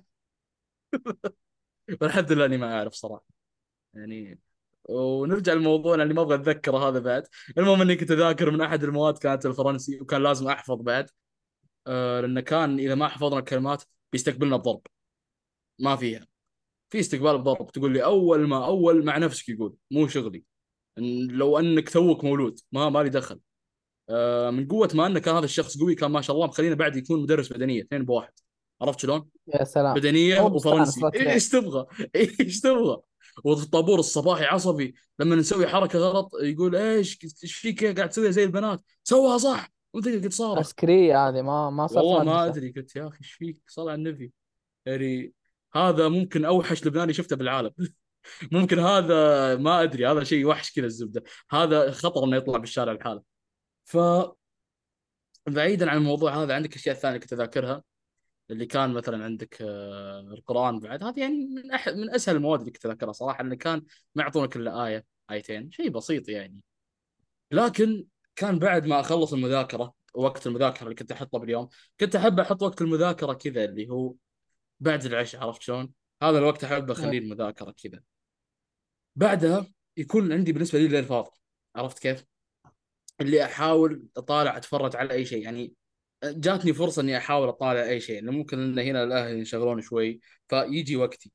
والحمد لله اني ما اعرف صراحه يعني. ونرجع لموضوعنا اللي ما ابغى اتذكره هذا بعد. المهم اني كنت اذاكر من احد المواد كانت الفرنسي، وكان لازم احفظ بعد. لانه كان اذا ما حفظنا الكلمات بيستقبلنا بضرب، ما فيها، في استقبال بضرب. تقول لي اول مع نفسك، يقول مو شغلي. لو انك توك مولود ما لي دخل. من قوه ما انه كان هذا الشخص قوي، كان ما شاء الله مخلينا بعد يكون مدرس بدنيه اثنين بواحد، عرفت شلون؟ يا سلام. بدنيه هو مستانس وفرنسي، لا تبين. ايش تبغى؟ ايش تبغى؟ وفي الطابور الصباحي عصبي لما نسوي حركه غلط، يقول ايش فيك قاعد تسويها زي البنات، سوها صح وانت قاعد صارخ. عسكرية هذه، ما صار في والله ما مدرسة. ادري، قلت يا اخي ايش فيك، صل على النبي يعني. هذا ممكن اوحش لبناني شفته بالعالم. ممكن هذا، ما ادري، هذا شيء وحش كذا الزبده. هذا خطر انه يطلع بالشارع بحاله. فبعيدا عن الموضوع هذا، عندك اشياء ثانيه كنت اذاكرها، اللي كان مثلا عندك القرآن بعد. هذه يعني من اسهل المواد اللي كنت اذاكرها صراحه، انه كان ما يعطونك الا ايه ايتين، شيء بسيط يعني. لكن كان بعد ما اخلص المذاكره، وقت المذاكره اللي كنت احطه باليوم، كنت احب احط وقت المذاكره كذا اللي هو بعد العشاء، عرفت شلون؟ هذا الوقت احب إيه. اخليه المذاكره كذا. بعدها يكون عندي بالنسبه لي الليل فاضي. عرفت كيف؟ اللي احاول اطالع اتفرج على اي شيء يعني. جاتني فرصه اني احاول اطالع اي شيء، لانه ممكن ان هنا الاهل ينشغلون شوي فيجي وقتي.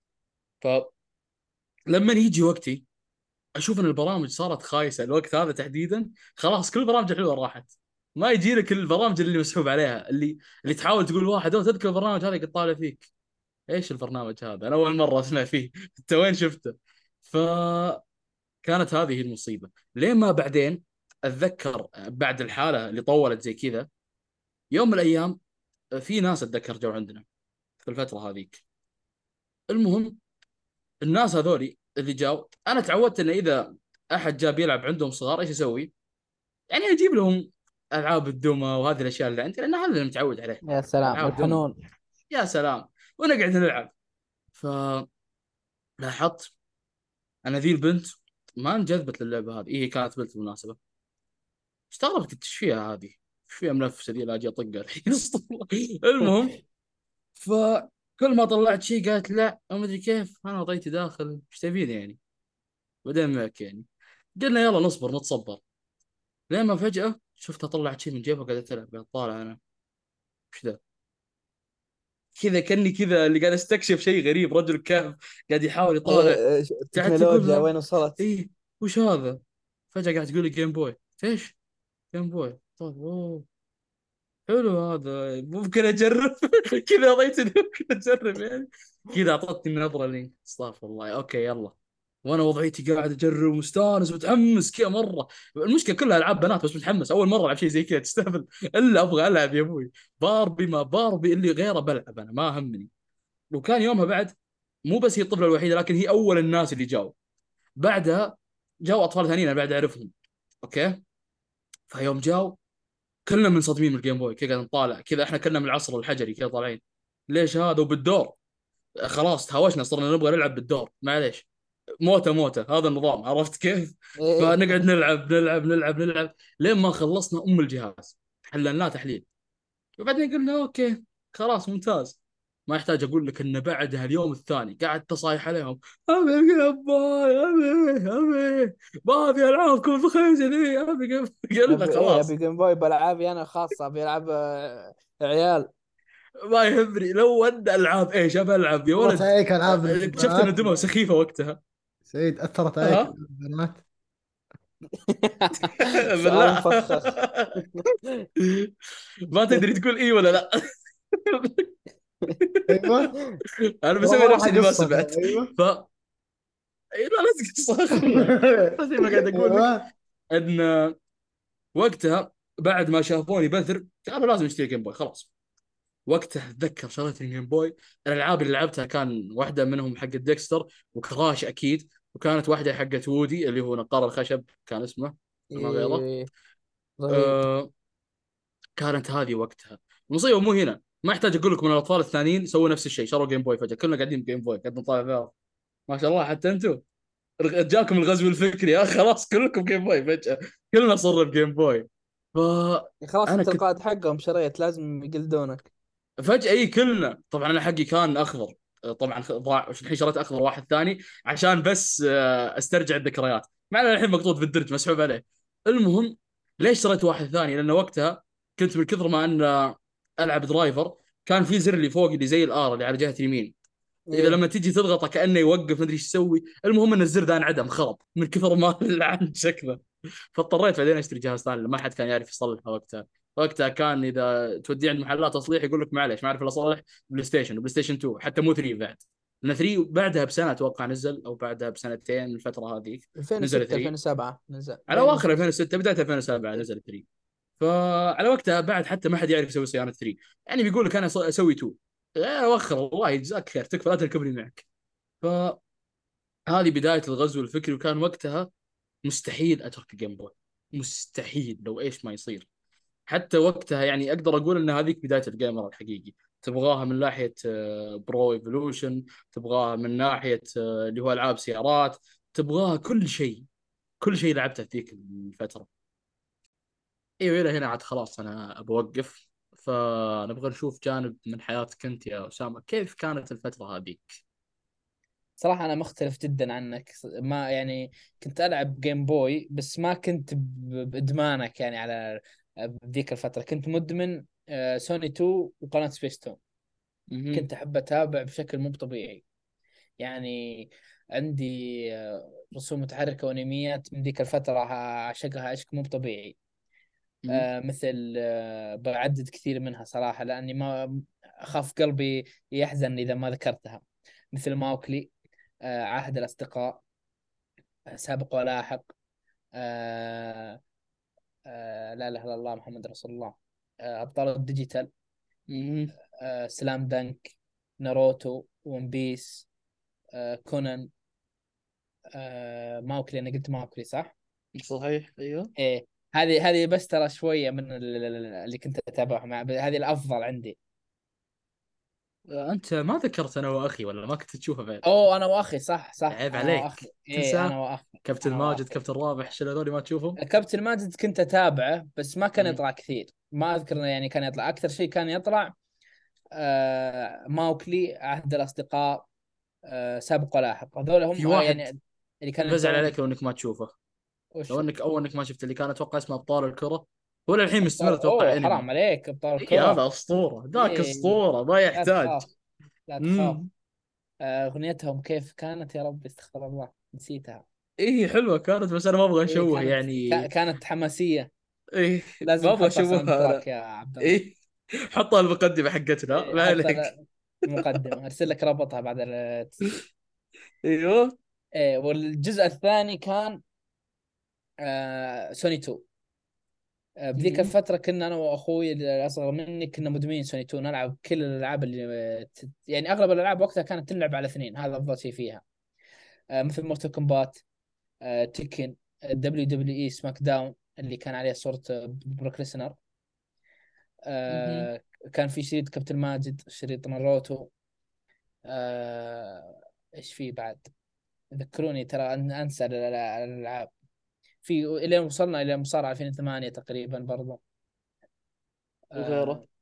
فلما يجي وقتي اشوف ان البرامج صارت خايسه الوقت هذا تحديدا. خلاص كل البرامج الحلوه راحت. ما يجي لك البرامج اللي مسحوب عليها، اللي تحاول تقول واحد او تذكر البرنامج هذا قد طالع فيك. ايش البرنامج هذا؟ انا اول مره اسمع فيه انت وين شفته؟ فكانت هذه المصيبه. لين ما بعدين اتذكر بعد الحاله اللي طولت زي كذا، يوم من الايام في ناس اتذكر جو عندنا في الفتره هذيك. المهم الناس هذولي اللي جاوا، انا تعودت ان اذا احد جاب يلعب عندهم صغار ايش اسوي؟ يعني اجيب لهم العاب الدمى وهذه الاشياء اللي عندي، لان هذا اللي متعود عليه. يا سلام العاب دمى. الحنون. يا سلام. ونقعد نلعب. فلاحظت ان ذي البنت ما انجذبت للعبه هذه. هي كانت بنت بالمناسبه. استغربت قلت ايش فيها هذه؟ ايش فيها منفسه ذي لا اجي اطقها الحين. المهم فكل ما طلعت شيء قالت لا ما ادري كيف، انا وضعيتي داخل ايش تبين يعني. بعدين معك يعني. قلنا يلا نصبر نتصبر. لين ما فجأة شفتها طلعت شيء من جيبها وقاعدة تلعب. قاعد طالع انا ايش ذا؟ كذا كاني كذا اللي قاعد استكشف شيء غريب. رجل كهف قاعد يحاول يطالع. قعدت اقول التكنولوجيا لها وين وصلت؟ ايه وش هذا؟ فجأة قاعد تقول لي جيم بوي. ايش؟ جيم بوي. طيب اوه حلو هذا ممكن اجرب. كذا ضيت ممكن اجرب يعني. كذا اعطتني النظرة لي استغفر الله اوكي يلا. وانا وضعيتي قاعد اجرب مستانس متحمس كذا مره. المشكله كلها العاب بنات بس متحمس اول مره العب شيء زي كذا تستهبل. الا ابغى العب يا ابوي. باربي ما باربي اللي غيره بلعب انا ما همني. وكان يومها بعد مو بس هي الطفله الوحيده، لكن هي اول الناس اللي جاوا. بعدها جاوا اطفال ثانيين انا بعد اعرفهم. اوكي. فيوم جاوا كلنا منصدمين من الجيم بوي كذا قاعد نطالع كذا. احنا كنا من العصر الحجري كذا طالعين. ليش هذا وبالدور؟ خلاص تهاوشنا صرنا نبغى نلعب بالدور معليش. موته موته هذا النظام عرفت كيف؟ إيه. فنقعد نلعب نلعب نلعب نلعب لين ما خلصنا الجهاز. حللناه تحليل. وبعدين قلنا اوكي خلاص ممتاز. ما يحتاج اقول لك ان بعدها اليوم الثاني قعدت تصايح عليهم. ابي جيم بوي ابي ما ابي العابكم الخيزه ذي ابي جيم بوي. قلنا ابي ايه ابي خلاص جيم بوي بلعبي انا خاصة، ابي العب عيال. ما يهمني لو ود العاب ايش ابى العب يا أثرت ولد. عليك ألعاب اكتشفت ان البنات دمى سخيفه وقتها. سعيد؟ أثرت عليك ها. ألعاب البنات؟ سؤال بالله. مفخخ. ما تدري تقول اي ولا لا. أيوه. انا ترى بسوي نفسي وراها اني ما قصة سمعت. ترى. أيوه. ف إي لا لا تقص اخوي. زي ما قاعد اقول لك أيوه. ان وقتها بعد ما شافوني بثر قالوا لازم اشتري جيم بوي خلاص. وقتها اتذكر شريت الجيم بوي. الالعاب اللي لعبتها كان واحده منهم حق ديكستر وكراش اكيد. وكانت واحده حقت وودي اللي هو نقار الخشب كان اسمه ما غيره. إيه. رهيب. أه كانت هذه وقتها. المصيبه مو هنا. ما يحتاج اقول لكم ان الاطفال الثانيين سووا نفس الشيء شروا جيم بوي فجاه كلنا قاعدين بجيم بوي قاعدين نطالع فيها. ما شاء الله حتى انتم جاكم الغزو الفكري يا خلاص كلكم جيم بوي فجاه. كلنا صرنا بجيم بوي. خلاص فانا انت كنت القائد حقهم شريت، لازم يقلدونك. فجاه اي كلنا طبعا انا حقي كان اخضر. طبعا ضاع الحين شريت اخضر واحد ثاني عشان بس استرجع الذكريات. مع انه الحين مقطوط بالدرج مسحوب عليه. المهم ليش شريت واحد ثاني؟ لانه وقتها كنت من كثر ما ان العب درايفر كان في زر اللي فوق اللي زي الار اللي على جهه اليمين. اذا ايه. لما تجي تضغطه كانه يوقف ما ادري ايش يسوي. المهم ان الزر ذا انعدم خرب من كثر ما لعن شكله. فاضطريت بعدين اشتري جهاز ثاني لأن ما حد كان يعرف يصلحه وقتها. وقتها كان اذا توديه عند محلات تصليح يقول لك معليش ما اعرف الا اصلح بلاي ستيشن وبلاي ستيشن 2 حتى مو 3 بعد. لان 3 بعدها بسنه اتوقع نزل او بعدها بسنتين من الفتره هذيك. نزل 2006 3 2007 نزل على بين اواخر 2006. 2006 بدايه 2007 إيه. نزل 3. فعلى وقتها بعد حتى ما حد يعرف يسوي صيانه 3. يعني بيقول لك انا اسوي 2. يا وخر الله يجزاك خير تكفى لا تركبني معك. فهذه بدايه الغزو الفكري. وكان وقتها مستحيل اترك جيم بوي. مستحيل لو ايش ما يصير. حتى وقتها يعني اقدر اقول ان هذيك بدايه الجيمر الحقيقي. تبغاها من ناحيه برو ايفولوشن. تبغاها من ناحيه اللي هو العاب سيارات. تبغاها كل شيء. كل شيء لعبته في ذيك الفتره. ايوه الى هنا عاد خلاص انا بوقف. فنبغى نشوف جانب من حياتك انت يا اسامه كيف كانت الفتره هذيك؟ صراحة أنا مختلف جدا عنك. ما يعني كنت ألعب جيم بوي، بس ما كنت بإدمانك يعني على ذيك الفترة. كنت مدمن سوني 2 وقناة سبيس تون. مهم. كنت أحب أتابع بشكل مو طبيعي يعني. عندي رسوم متحركة وأنميات من ذيك الفترة أعشقها عشق مو طبيعي. مهم. مثل بعدد كثير منها صراحة، لأني ما أخاف قلبي يحزن إذا ما ذكرتها. مثل ماوكلي، عهد الأصدقاء، سابق ولاحق، آه لا إله إلا الله محمد رسول الله، أبطال الديجيتال، مهم. سلام دنك، ناروتو، ون بيس، كونان، ماوكلي. أنا قلت ماوكلي صح؟ صحيح ايوه. إيه. هذه بس ترى شوية من اللي كنت أتابعهم، هذه الأفضل عندي. انت ما ذكرت انا واخي ولا ما كنت تشوفه بعد؟ أوه، أنا وأخي، صح صح، عيب أنا وأخي، عليك إيه أنا تنساه. وأخي. كابتن أنا ماجد، وأخي. كابتن رابح، الشله هذول ما تشوفهم؟ كابتن ماجد كنت أتابعه، بس ما كان مم. يطلع كثير. ما أذكر إنه يعني كان يطلع. أكثر شيء كان يطلع ماوكلي، عهد الأصدقاء، سابق ولاحق. هذول في هم واحد يعني اللي كانوا بزعل ينشرون. عليك لو انك ما تشوفه. وش؟ لو انك اول انك ما شفت اللي كان اتوقع اسمه ابطال الكره. هو الحين مستمر أبطال، اتوقع أوه انمي. حرام عليك، أبطال اي الكرة. هذا اسطوره، ذاك إيه، اسطوره ما لا يحتاج. تخاف، لا تخاف. امم. أغنيتهم كيف كانت يا رب؟ استغفر الله، نسيتها. اي حلوه كانت بس انا ما ابغى إيه اشوه كانت، يعني. كانت حماسية. ايه ما لازم ابغى نحطها ساوند اشوهها انا. تراك يا عبد الله. ايه حطها المقدمه حقتنا إيه، ما حتى عليك. المقدمة أرسل لك رابطها بعد التسجيل. ايوه. إيه، والجزء الثاني كان سوني 2. بذيك مم. الفترة كنا أنا وأخوي الأصغر مني كنا مدمنين سوني 2، نلعب كل الألعاب اللي يعني أغلب الألعاب وقتها كانت تلعب على اثنين، هذا أفضل شيء فيها. مثل مورتال كومبات، تيكن، دبليو دبليو إي سماك داون اللي كان عليه صورة بروك ليسنر. مم. آه، كان في شريط كابتن ماجد، شريط ناروتو. إيش في بعد؟ ذكروني ترى أنسى الألعاب. في إلى وصلنا إلى مصارعة 2008 تقريبا برضه. وغيره. آه،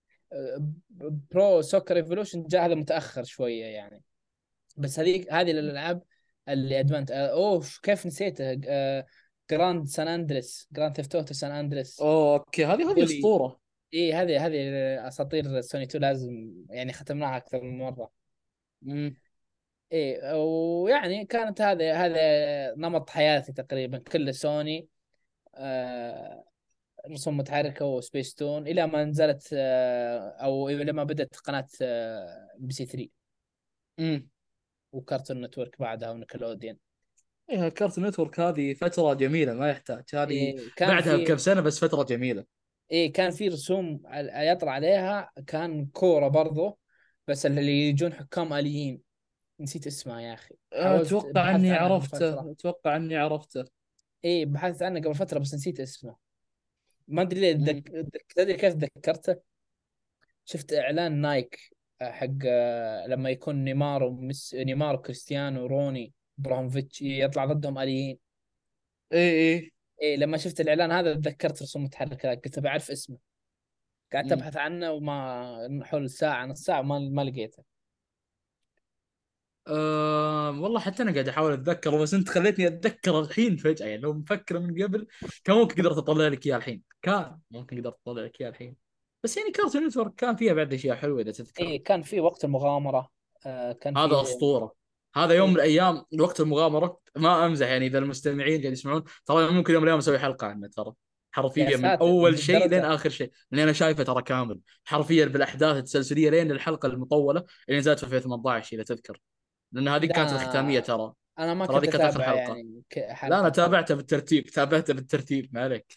برو سوكر ايفولوشن جاء هذا متاخر شويه يعني. بس هذه الالعاب اللي ادمنت. اوه كيف نسيته؟ جراند سان اندريس، جراند ثيفت اوتو سان اندريس، اوه اوكي هذه بولي. اسطوره. ايه، هذه اساطير سوني 2، لازم يعني ختمناها اكثر من مره. مم. ايه، ويعني كانت هذا نمط حياتي تقريبا، كله سوني. آه رسوم متحركه وسبيس تون، الى ما نزلت او الى ما بدات قناه بي سي 3 مم. وكارتون نتورك بعدها ونيكلوديان. ايه كارتون نتورك هذه فتره جميله ما يحتاج هذه. إيه كان بعدها في بكم سنه بس فتره جميله. كان في رسوم يطلع عليها، كان كورة برضو، بس اللي يجون حكام آليين. نسيت اسمها يا أخي، حاولت اتوقع بحثت اني عنها قبل فترة. عرفته، اتوقع اني عرفته. إيه بحثت عنها قبل فترة بس نسيت اسمه. ما أدري ليه مم. تدري كيف ذكرته؟ شفت إعلان نايك حق لما يكون نيمار نيمار وكريستيانو وروني برونفيتش يطلع ضدهم آليين. ايه ايه. إيه، لما شفت الإعلان هذا تذكرت رسوم متحركة، قلت بعرف اسمه. قعدت مم. ابحث عنه وما حول ساعة نص ساعة ما لقيته. والله حتى انا قاعد احاول اتذكر بس انت خليتني اتذكر الحين فجأة يعني لو مفكر من قبل كان ممكن قدرت اطلع لك اياه الحين، كان ممكن قدرت اطلع لك اياه الحين. بس يعني كارتون نتورك كان فيها بعد اشياء حلوه اذا تذكر. ايه كان في وقت المغامرة. كان هذا في. اسطوره. هذا يوم من ايه الايام وقت المغامره ما امزح يعني اذا المستمعين قاعد يسمعون ترى ممكن يوم من الايام اسوي حلقه عنه ترى. يا حرفيا من ساتر اول لذي شيء لين الدرجة. اخر شيء لان انا شايفه ترى كامل حرفيا بالاحداث التسلسليه لين الحلقه المطوله اللي نزلت في 2018 اذا تذكر. لان هذه لا، كانت الختاميه ترى. انا ما ترى هذه كنت كانت اخر اتابع حلقه. يعني لا انا حلقة. تابعته بالترتيب، تابعته بالترتيب ما عليك.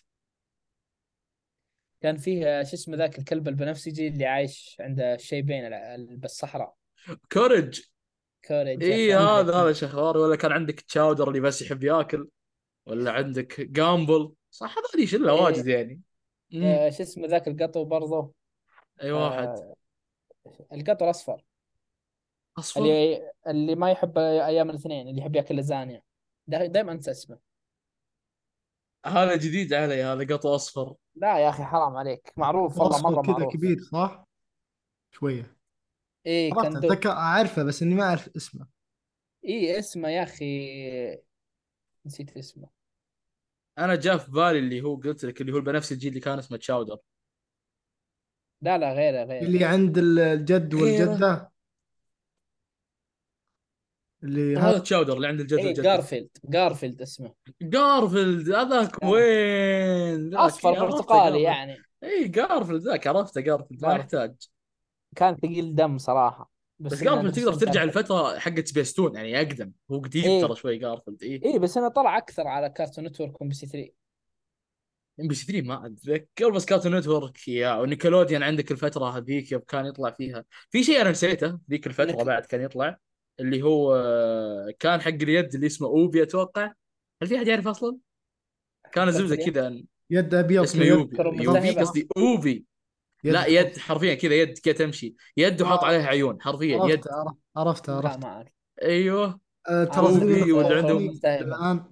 كان فيه شو اسمه ذاك الكلب البنفسجي اللي عايش عند الشيبين بالصحراء. كورج. كوريج، يا اي ساتر. هذا شخبار ولا كان عندك تشاودر اللي بس يحب ياكل. ولا عندك جامبل صح هذول شله إيه واجد يعني. امم. شو اسمه ذاك القطو برضه. اي واحد. آه القطو الاصفر، اصفر. اللي ما يحب ايام الاثنين، اللي يحب ياكل لازانيا. دائما انسى اسمه. هذا جديد علي هذا قطو اصفر. لا يا اخي حرام عليك، معروف والله، اصفر مره كذا معروف. كبير صح؟ شويه. ايه عرفت كان اتذكر اعرفه بس اني ما اعرف اسمه. اي اسمه يا اخي، نسيت اسمه. انا جاء في بالي اللي هو قلت لك اللي هو البنفسجي اللي كان اسمه تشاودر. لا لا، غيره غيره. اللي عند الجد غيره. والجدة، اللي هذا. هذا تشاودر اللي عند الجد اي والجده. جارفيلد اسمه. جارفيلد هذاك آه. وين ذاك؟ اصفر عرفته برتقالي جارفيلد. يعني. اي جارفيلد ذاك عرفته، جارفيلد ما ما يحتاج. كان ثقيل دم صراحة، بس بس انه جارفيلد تقدر درسهم كان ترجع حلو. الفتره حقت سبيستون يعني اقدم، هو قديم ايه ترى شوي جارفيلد. اي ايه، بس انه طلع اكثر على كارتون نتورك وام بي سي 3. ام بي سي 3 ما اتذكر، بس كارتون نتورك يا ونيكلوديان عندك الفتره هذيك يوم كان يطلع فيها في شيء انا نسيته ذيك الفتره انك بعد كان يطلع، اللي هو كان حق اليد اللي اسمه اوبي اتوقع. هل في احد يعرف اصلا؟ كان كرة زبده اليد، كذا. يد ابيض اسمه كذا. يوبي، كرة يوبي ملتهبة. قصدي اوبي. لا يد يد حرفيا كذا، يد كذا تمشي، يد وحاط آه، عليها عيون حرفيا عرفت يد. عرفت عرفت لا عرفت. ما اعرف. ايوه. ترى اعرف صدقني اوبي واللي كرة عندهم. خوفتني ملتهبة. الان.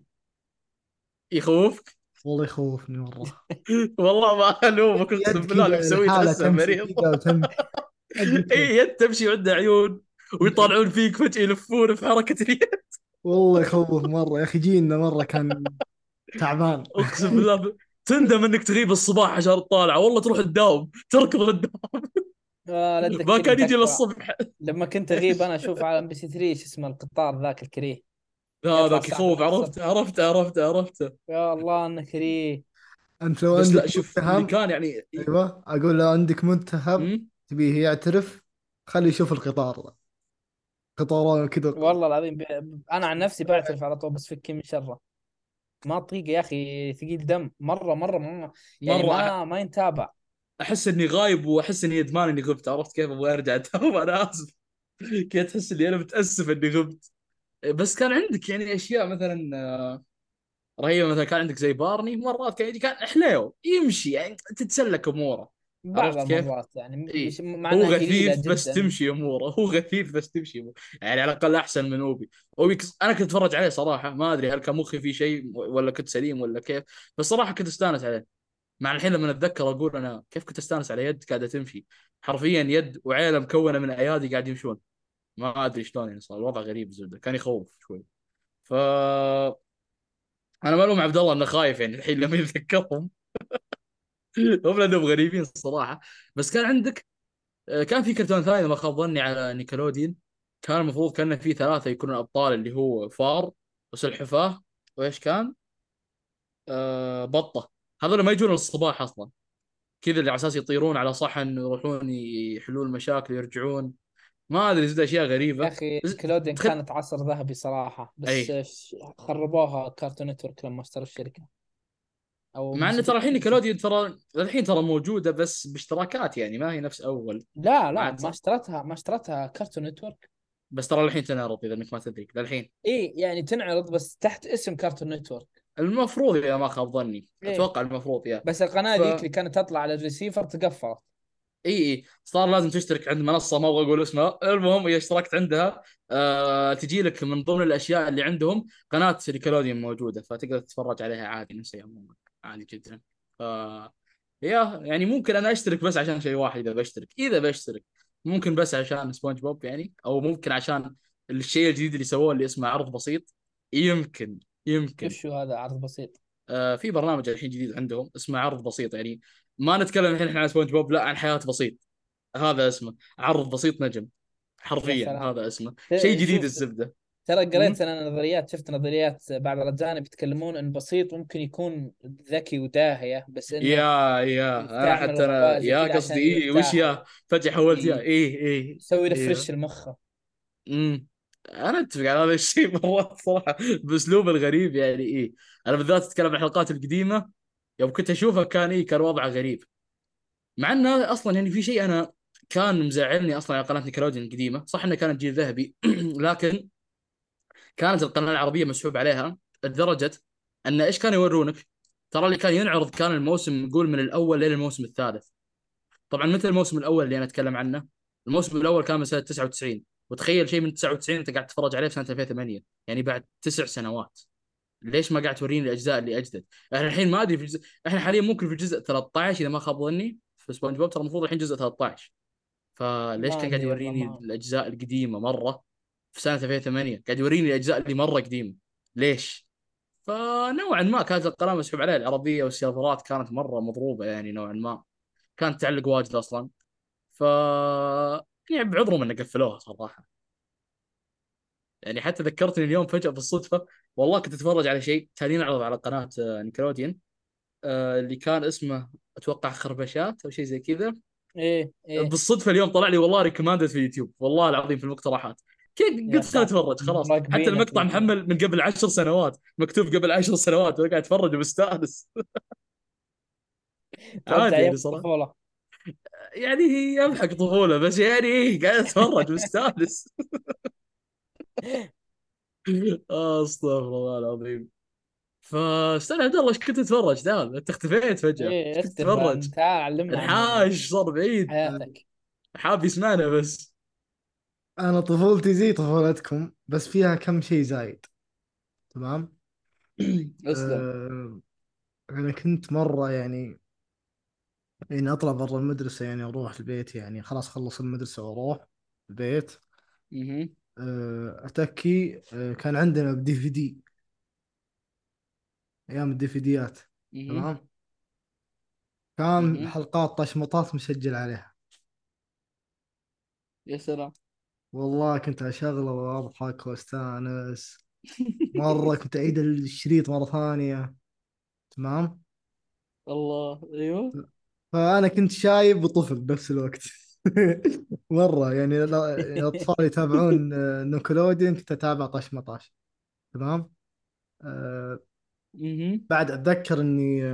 يخوفك. والله يخوفني مره. والله ما الومك يد اقسم بالله كذا اللي مسويه الحالة تحسه تمشي مريض. كذا وتمشي. اقول اي لك يد تمشي وعندها عيون ويطالعون فيك فجأة يلفون في حركة اليد. والله يخوف مره يا اخي، جينا مره كان تعبان. اقسم بالله تندم انك تغيب الصباح عشان تطالع، والله تروح تداوم تركض للدوام. لا ما تذكرني كان يجي تكفى. للصبح. لما كنت اغيب انا اشوف على ام بي سي 3 ايش اسمه القطار ذاك الكريه، يطلع هذاك الساعة يخوف، 8 الصبح. عرفته. يا الله انه كريه. انت لو بس عندك لا شوف اللي متهم، كان يعني ايوه اقول لو عندك متهم أمم؟ تبيه يعترف، خليه يشوف القطار. قطارات كذا. والله العظيم انا عن نفسي بعترف على طول، بس فكي من شره. ما طريقه يا اخي، ثقيل دم مره مره مره. يعني مرة ما ينتابع. احس اني غايب واحس اني ندمان اني غبت، عرفت كيف؟ ابغى ارجع اتوب انا اسف. كذا تحس اني انا متاسف اني غبت. بس كان عندك يعني اشياء مثلا رهيبه، مثلا كان عندك زي بارني مرات كان يجي كان حليو يمشي يعني تتسلك اموره. بعض عرفت كيف؟ المرات يعني اي. مع هو انها ثقيله غثيث بس جدا. تمشي اموره، هو غثيث بس تمشي أموره. يعني على الاقل احسن من اوبي. اوبي انا كنت اتفرج عليه صراحه، ما ادري هل كان مخي فيه شيء ولا كنت سليم ولا كيف، بس صراحه كنت استانس عليه. مع الحين لما اتذكر اقول انا كيف كنت استانس على يد قاعده تمشي، حرفيا يد وعيله مكونه من ايادي قاعد يمشون. ما ادري شلون يعني صار الوضع غريب زبده، كان يخوف شوي. ف انا مالوم عبد الله انه خايف يعني الحين لما يتذكرهم. هم لانهم غريبين الصراحه. بس كان عندك كان في كرتون ثاني ما خاب ظني على نيكلوديون. كان المفروض كان في ثلاثه يكونون ابطال، اللي هو فار وسلحفاه وايش كان بطه. هذول ما يجون الصباح اصلا، كذا اللي على اساس يطيرون على صحن ويروحون يحلون المشاكل ويرجعون. ما ادري زي اشياء يا غريبه. اخي كلودين تخيل. كانت عصر ذهبي صراحه، اي. بس خربوها كارتون نتورك لما اشتروا الشركه، او مع انه ترى الحين مسكوا. نيكلوديون ترى الحين ترى موجوده بس باشتراكات، يعني ما هي نفس اول. لا ما لا، عاد ما اشترتها كارتون نتورك. بس ترى الحين تنعرض اذا انك ما تدري للحين. ايه يعني تنعرض بس تحت اسم كارتون نتورك. المفروض اذا ما خاب ظني ايه، اتوقع المفروض يا. بس القناه ف ذيك اللي كانت تطلع على الريسيفر تقفلت. اي صار لازم تشترك عند منصه ما ابغى اقول اسمها، المهم اذا اشتركت عندها تجي لك من ضمن الاشياء اللي عندهم قناه نيكلوديون موجوده، فتقدر تتفرج عليها عادي نفس يومك عادي جدا. ف يا يعني ممكن انا اشترك بس عشان شيء واحد، اذا بشترك ممكن بس عشان سبونج بوب يعني، او ممكن عشان الشيء الجديد اللي سووه اللي اسمه عرض بسيط. يمكن وشو هذا عرض بسيط؟ في برنامج الحين جديد عندهم اسمه عرض بسيط، يعني ما نتكلم الحين احنا عن سبونج بوب، لا عن حياة بسيط. هذا اسمه عرض بسيط نجم، يا حرفيا سلام. هذا اسمه شيء جديد شوف، الزبدة. ترى قريت أمم؟ انا نظريات، شفت نظريات بعض الاجانب يتكلمون ان بسيط ممكن يكون ذكي وداهية، بس انه يا انا يستعمل حتى انا الغباء زي يا كذا عشان قصدي ايه وش يرتاح يا فجأة حولت يا ويسوي ايه ريفرش ايوه. المخ. انا اتفق على هذا الشيء مرات صراحة باسلوب الغريب يعني ايه. انا بالذات اتكلم عن الحلقات القديمة، يوم كنت اشوفها كان وضعه غريب. مع انه اصلا يعني في شيء انا كان مزعلني اصلا على قناه نيكلوديون القديمه، صح انها كانت جيل ذهبي لكن كانت القناه العربيه مسحوب عليها لدرجه ان ايش كانوا يورونك؟ ترى اللي كان ينعرض كان الموسم نقول من الاول لين الموسم الثالث. طبعا مثل الموسم الاول اللي انا اتكلم عنه، الموسم الاول كان من سنه 99، وتخيل شيء من 99 انت قاعد تتفرج عليه في سنه 2008، يعني بعد 9 سنوات. ليش ما قاعد توريني الاجزاء اللي اجدد؟ احنا الحين ما ادري في الجزء، احنا حاليا ممكن في الجزء 13 اذا ما خاب ظني في سبونج بوب، ترى المفروض الحين جزء 13. فليش ما كان قاعد ادري والله يوريني ما. الاجزاء القديمه مره؟ في سنه 2008 قاعد يوريني الاجزاء اللي مره قديمه. ليش؟ فنوعا ما كانت القناه مسحوب عليها، العربيه والسيرفرات كانت مره مضروبه يعني نوعا ما، كانت تعلق واجد اصلا. ف يعني بعذرهم ان قفلوها صراحه. يعني حتى ذكرتني اليوم فجاه بالصدفه، والله كنت اتفرج على شيء كان ينعرض على قناه نيكلوديان، اللي كان اسمه اتوقع خربشات او شيء زي كذا. ايه ايه. بالصدفه اليوم طلع لي والله ريكوماندد في اليوتيوب، والله العظيم في المقترحات. يا قلت خليني ساتر، اتفرج خلاص، حتى مراقبينك المقطع بالله. محمل من قبل 10 سنوات، مكتوب قبل 10 سنوات، وانا قاعد اتفرج ومستانس. ترجع عادي ايام يعني صراحه. الطفوله. يعني هي يمحق طفوله، بس يعني ايه قاعد اتفرج مستانس. استغفر الله العظيم. فاستنى عبد الله، ايش كنت تتفرج؟ تعال انت اختفيت فجاه، ايه ايش كنت استفهم، تتفرج؟ تعال علمنا عن انحاش صار بعيد. حياتك. حاب يسمعنا بس. انا طفولتي زي طفولتكم بس فيها كم شيء زايد. تمام. اسلم. أه انا كنت مره يعني اطلع برا المدرسه، يعني اروح البيت، يعني خلاص خلص المدرسه واروح البيت. اها. اتكي. كان عندنا دي في دي، ايام الدي في ديات. اها. تمام. كان اها. حلقات طشمطات مسجل عليها. يا سلام. والله كنت اشغله واضحك واستانس. مره كنت اعيد الشريط مره ثانيه. تمام. الله، ايوه. فانا كنت شايب وطفل بنفس الوقت. مره يعني الاطفال يتابعون نيكلوديون، كنت اتابع طش مطاش. تمام. آه اها. بعد اتذكر اني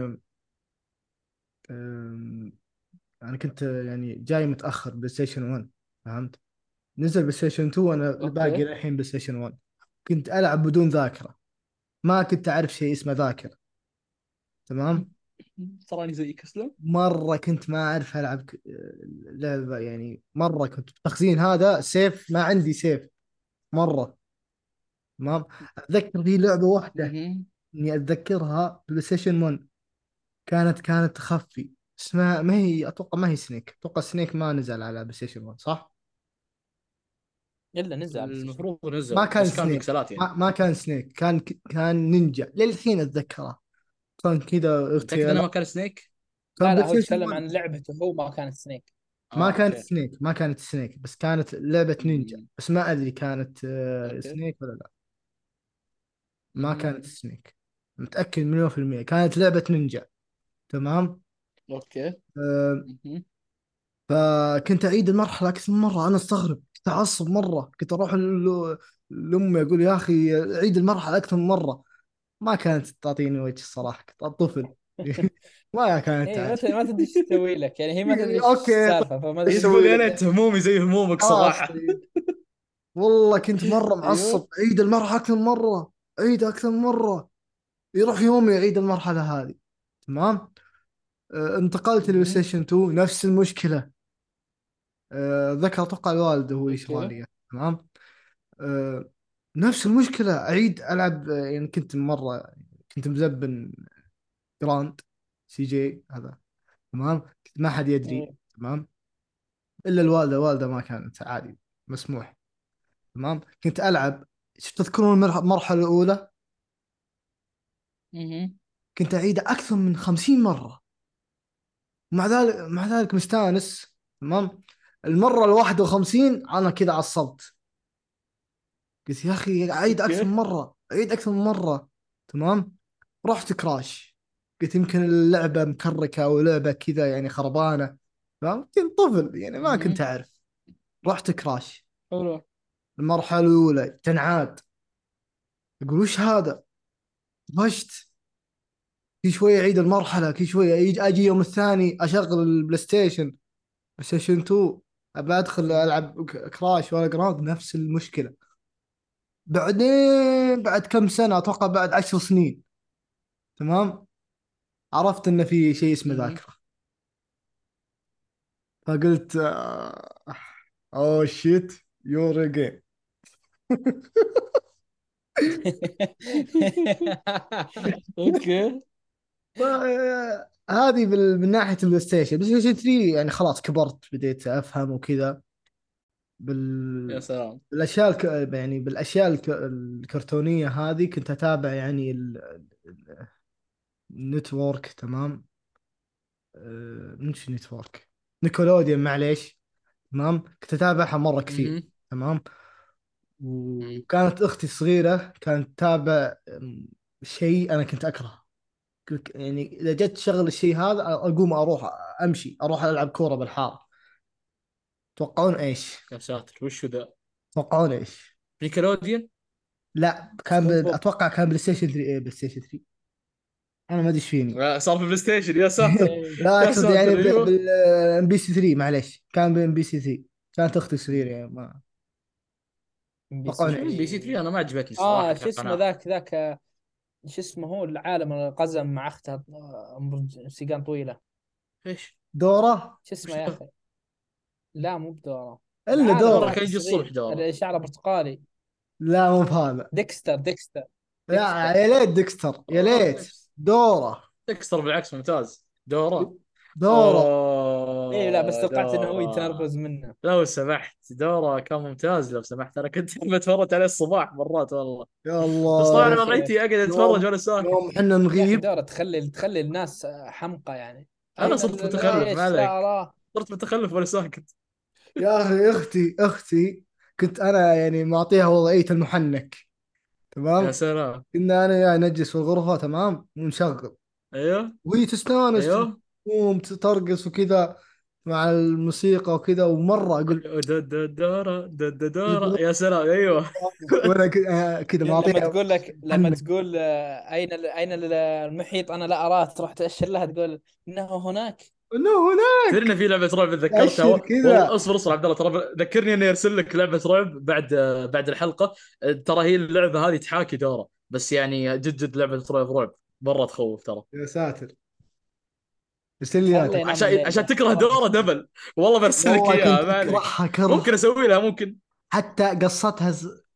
آه انا كنت يعني جاي متاخر بلاي ستيشن 1. فهمت؟ نزل بلاي ستيشن 2 وانا باقي اوكي. للحين بلاي ستيشن 1. كنت العب بدون ذاكره، ما كنت اعرف شيء اسمه ذاكره. تمام. تراني زيك اسلم. مره كنت ما اعرف العب لعبه، يعني مره كنت تخزين هذا سيف، ما عندي سيف مره. تمام. اتذكر في لعبه واحده اها. اني اتذكرها بلاي ستيشن 1، كانت تخفي، اسمها ما هي، اتوقع ما هي سنيك، اتوقع سنيك ما نزل على بلاي ستيشن 1 صح؟ الا نزل على بلاي ستيشن. المفروض ما نزل كان بس كان سنيك، بكسلات يعني. ما كان سنيك، كان نينجا للحين اتذكرها. كان كذا متاكد اغتيال. انه ما كان سنيك؟ كان لا بلاي لا، هو ستيشن يتكلم 1. عن لعبته، هو ما كانت سنيك. ما اه كانت اوكي. سنيك، ما كانت سنيك، بس كانت لعبة نينجا، أمم، بس ما ادري كانت اوكي. سنيك ولا لا. ما اها. كانت سنيك، متأكد مليون في المية كانت لعبة نينجا. تمام. اوكي. آه، اها. فكنت أعيد المرحلة أكثر من مرة، أنا أستغرب، كنت أعصب مرة، كنت أروح لأمي أقول يا أخي عيد المرحلة أكثر من مرة. ما كانت تعطيني وجه الصراحة، كنت طفل. ما كانت ايه، تعرف. ما تدري ايش تسوي لك، يعني هي ما تدري ايش أوكي طيب، السالفه، فما إيش تدري أسوي تقول لي لك انا يعني؟ انت همومي زي همومك خلاص صراحه. طيب. والله كنت مرة معصب، ايوه. عيد المرحلة أكثر من مرة، عيد أكثر من مرة، يروح يومي يعيد المرحلة هذه. تمام. انتقلت للبلاي اها. ستيشن 2 نفس المشكلة. ذكر أتوقع الوالد هو اللي شرى اوكي. لي إياه. تمام. آه، نفس المشكلة، أعيد ألعب. يعني كنت مزبن جراند سي جي هذا. تمام. ما حد يدري. إيه. تمام. إلا الوالدة ما كانت عادي، مسموح. تمام. كنت ألعب. شفت تذكرون المرحلة الأولى؟ اها. كنت أعيدها أكثر من 50 مرة، مع ذلك مستانس. تمام. المرة الواحدة وخمسين أنا كذا عصبت، قلت يا أخي أعيد أكثر من اوكي. مرة، أعيد أكثر من مرة. تمام. رحت كراش، قلت يمكن اللعبة مكركة أو لعبة كذا يعني خربانة. تمام. كنت طفل يعني ما اها. كنت أعرف. رحت كراش، حلو. المرحلة الأولى تنعاد. أقول وش هذا؟ طفشت. كل شوية أعيد المرحلة، كل شوية أجي يوم الثاني أشغل البلاي ستيشن، بلاي ستيشن 2، ابى ادخل العب كراش ولا جراند، نفس المشكله. بعدين بعد كم سنه، اتوقع بعد 10 سنين. تمام. عرفت ان في شيء اسمه اها. ذاكره. فقلت اوه شيت يور جيم. اوكي. هذه من ناحيه البلاي ستيشن 3، يعني خلاص كبرت بديت افهم وكذا. يا سلام. بالاشياء يعني بالاشياء الكرتونيه هذه كنت اتابع يعني النتورك، تمام. مش نتورك، نيكولوديان، معليش. تمام، كنت اتابعها مره كثير. اها. تمام. وكانت اختي الصغيره كانت تتابع شيء انا كنت اكرهه. يعني اذا جت تشغل الشيء هذا اقوم اروح امشي، اروح العب كوره بالحاره. توقعون ايش؟ يا ساتر، وشو ذا؟ توقعون ايش؟ نيكلوديان. لا، سبونج بوب. اتوقع كان بلاي ستيشن 3. إيه، بلاي ستيشن 3. انا ما ادري ايش فيني. صار في بلاي ستيشن، يا ساتر. إيه. لا، يا اقصد يعني ساتر، ايوه. بالام بي سي 3، معليش، كان بالام بي سي 3. كانت اختي صغيره يعني ما. بي سي توقعون شوف بي ايش؟ سي 3 انا ما عجبتني الصراحه اه شو اسمه كقناه. ذاك شو اسمه هو العالم القزم مع اختها سيقان طويلة. ايش؟ دوره. شو اسمه وش يا ذا؟ اخي؟ لا مو بدورة. الا العالم دورة دوره. هذاك كان يجي الصبح الصغير دورة. اللي شعره برتقالي. لا، مو بهذا. ديكستر. لا، ديكستر. يا ليت ديكستر، يا ليت. دوره. تكستر بالعكس ممتاز. دورة. دوره. ايه لا بس توقعت انه هو دورة. يتنرفز منه. لو سمحت، دورة كان ممتاز. لو سمحت، انا كنت بتفرج عليه الصباح مرات والله. يا بس الله طبعا يا يا اخي. اخي. مريتي اقعد اتفرج يوم وانا ساكت. يوم احنا يا اخي نغيب. دورة تخلي الناس حمقى يعني. انا اين صرت متخلف، ما ايش عليك. صار؟ صرت متخلف وانا ساكت. يا اخي، اختي كنت انا يعني معطيها وضعيه المحنك. يا تمام. سلام. كنا انا وياها نجلس في الغرفه، تمام، ونشغل. ايوه. وهي تستانس، ايوه. تقوم ترقص وكذا مع الموسيقى وكذا، ومره اقول. دورة دورة، يا سلام، ايوه. وانا كذا يعني لما معطيها تقول لك لما محنك. تقول اين المحيط انا لا اراه، تروح تأشر لها تقول انه هناك. انه هناك. تدري ان في لعبه رعب ذكرتها اشر والله كذا. اصبر اصبر عبد الله، ترى ذكرني اني ارسل لك لعبه رعب بعد الحلقه. ترى هي اللعبه هذه تحاكي دوره، بس يعني جد لعبه رعب مره تخوف ترى. يا ساتر. ارسل لي اياها خله ينام عشان الليله تكره ترى دوره تستاهل. دبل. والله برسل لك والله اياها، كنت ما عليك. اكرهها ممكن كره. اسوي لها، ممكن. حتى قصتها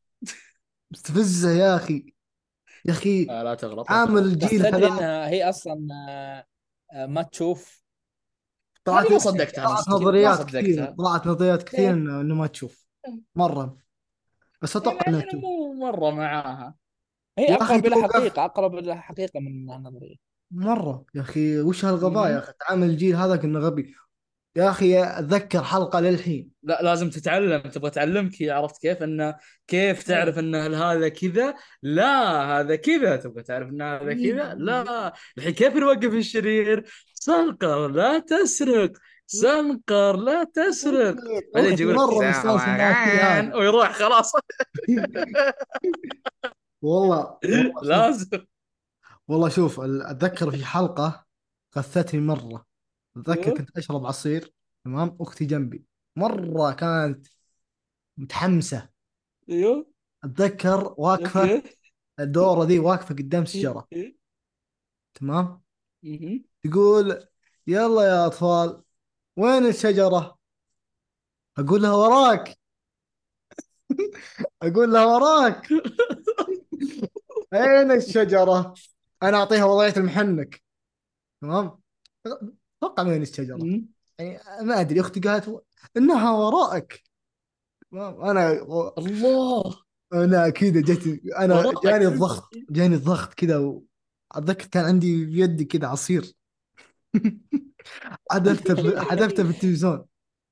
مستفزه يا اخي. يا اخي، لا تغلط، لا عامل تغلط. بس الجيل تدري هذاك. انها هي اصلا ما تشوف. طلعت هذه ما صدقتها انا طلعت الصراحه، ما نظريات كثير، صدقتها. طلعت نظريات كثير ليه؟ انه ما تشوف مره. بس يعني اتوقع انها انا تشوف. مو مره معاها. هي يا اخي اقرب الى توقف. حقيقه، اقرب الى حقيقه من انها نظريه. مره يا اخي، وش هالغباء يا مهم. اخي، تعامل الجيل هذا كأنه غبي. يا اخي اتذكر حلقه للحين. لا لازم تتعلم، تبغى تعلمك هي، عرفت كيف انه، كيف ايه. تعرف ان هذا كذا. لا، هذا كذا، تبغى تعرف ان هذا كذا. لا، الحين كيف نوقف الشرير؟ سنقر لا تسرق، سنقر لا تسرق. بعدين يجي اختي يقول لك مره مستانسه مع الشيء سامعان هذا. ويروح خلاص. والله والله شوف. لازم. والله شوف، اتذكر في حلقه غثتني مره. اتذكر ايوه. كنت اشرب عصير. تمام، اختي جنبي. مره كانت متحمسه. ايوه. اتذكر واقفه. اوكي. الدورة ذي واقفه قدام سجاره. تمام. مهم. تقول: يلا يا اطفال، وين الشجره؟ اقول لها وراك. اقول لها وراك. اين الشجره؟ انا اعطيها وضعيه المحنك. تمام. اتوقع وين الشجره. مهم. يعني ما ادري، اختي قالت انها وراءك. تمام. الله. انا اكيد جت. انا وراك. جاني الضغط كذا. اتذكر كان عندي في يدي كذا عصير. حذفته في التلفزيون.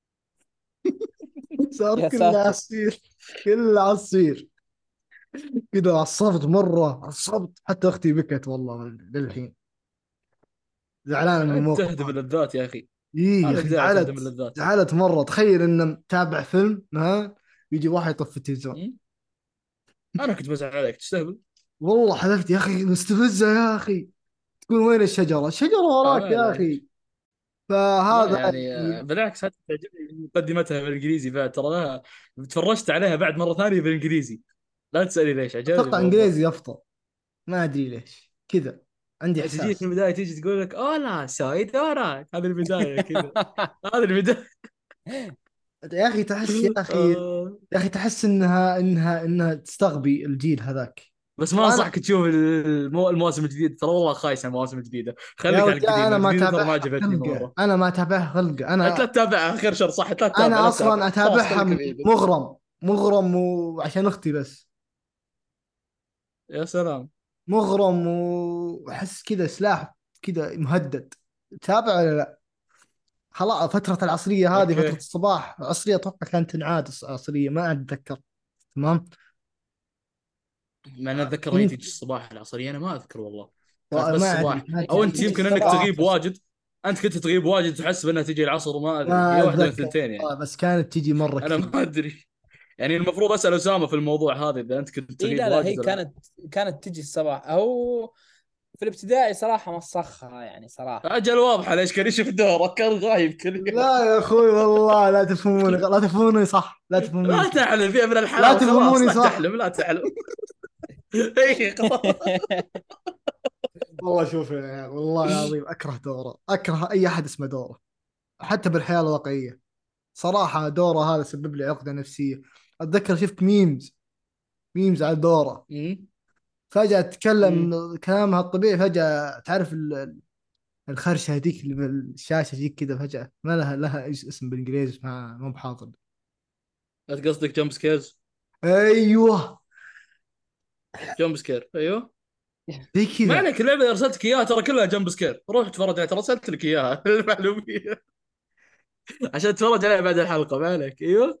صار يا كله ساتر. عصير. كله عصير. كذا عصبت مره، عصبت حتى اختي بكت والله للحين. زعلانه من انت الموقف تهدم هذا. اللذات يا اخي. ايه يا هذا اخي، داعي تهدم زعلت. اللذات. زعلت مره. تخيل ان متابع فيلم، ها، يجي واحد يطفي التلفزيون. انا كنت بزعل عليك تستهبل. والله حلفت يا اخي، مستفزه يا اخي. تقول وين الشجره؟ الشجره وراك ما يا عليك. اخي. لا فهذا يعني يعني. بالعكس، حتى تعجبني مقدمتها بالانجليزي بعد ترى لها. تفرجت عليها بعد مره ثانيه بالانجليزي. لا تسالي ليش، عجبني اتوقع الموضوع. انجليزي افضل. ما ادري ليش كذا. عندي تجيك في احساس. البدايه، تيجي تقول لك اولا سوي دورك، هذه البدايه كذا. هذه البدايه. يا اخي تحس، يا اخي. آه. يا اخي تحس انها تستغبي الجيل هذاك. بس ما انصحك تشوف المواسم الجديده، ترى والله خايس على المواسم الجديده، يا خليك على رجال القديمه، انا ما الجديده ترى ما اتابعها عجبتني خلقه، مره. انا ما اتابعها خلقه، انت لا تتابعها، خير شر صح، لا تتابع انا لا اصلا تتابع، خلاص اتابعها خليك بعيد. مغرم، مغرم وعشان اختي بس. يا سلام. مغرم واحس كذا سلاح كذا مهدد. تابع ولا لا؟ خلاص فترة العصرية هذه، فترة اوكي. الصباح العصرية اتوقع كانت تنعاد العصرية، ما اتذكر. تمام. مع ان اتذكر هي كنت تجي الصباح العصريه، انا ما اذكر والله. كانت بس ما ادري صباح، كانت او يعني انت تجي يمكن انك الصباح. تغيب واجد. انت كنت تغيب واجد تحسب انها تجي العصر، وما ادري، هي ما واحده من اتذكر الثنتين يعني. والله، بس كانت تجي مرة انا كثير. ما ادري. يعني المفروض اسال اسامه في الموضوع هذا، اذا انت كنت اي تغيب لا لا، هي واجد ولا لا. كانت تجي الصباح. او في الابتدائي صراحة مسخها يعني صراحة. اجل واضحه ليش كان يشوف دوره، كان غايب كل يوم. لا يا اخوي والله لا تفهموني، لا تفهموني صح، لا تفهموني لا صح. تحلم فيها من لا الحلاوه، خلاص تفهموني لا صح. تحلم لا تحلم. اي خلاص. والله شوف يا عيال، والله العظيم اكره دوره، اكره اي احد اسمه دوره، حتى بالحياه الواقعيه. صراحه دوره هذا سبب لي عقده نفسيه. اتذكر شفت ميمز على دوره، أمم، فجاه أمم. تتكلم كلامها الطبيعي، فجاه تعرف الخرشه هذيك اللي بالشاشه هذيك كذا، فجاه ما لها اسم بالانجليزي، ما مو بحاضر. انت قصدك جمب سكيرز؟ ايوه جمب سكير ايوه. زي ما كذا. عليك، اللعبه اللي ارسلتك اياها ترى كلها جمب سكير، روح اتفرج عليها، ترى ارسلت لك اياها المعلوميه عشان تتفرج عليها بعد الحلقه، ما عليك. ايوه.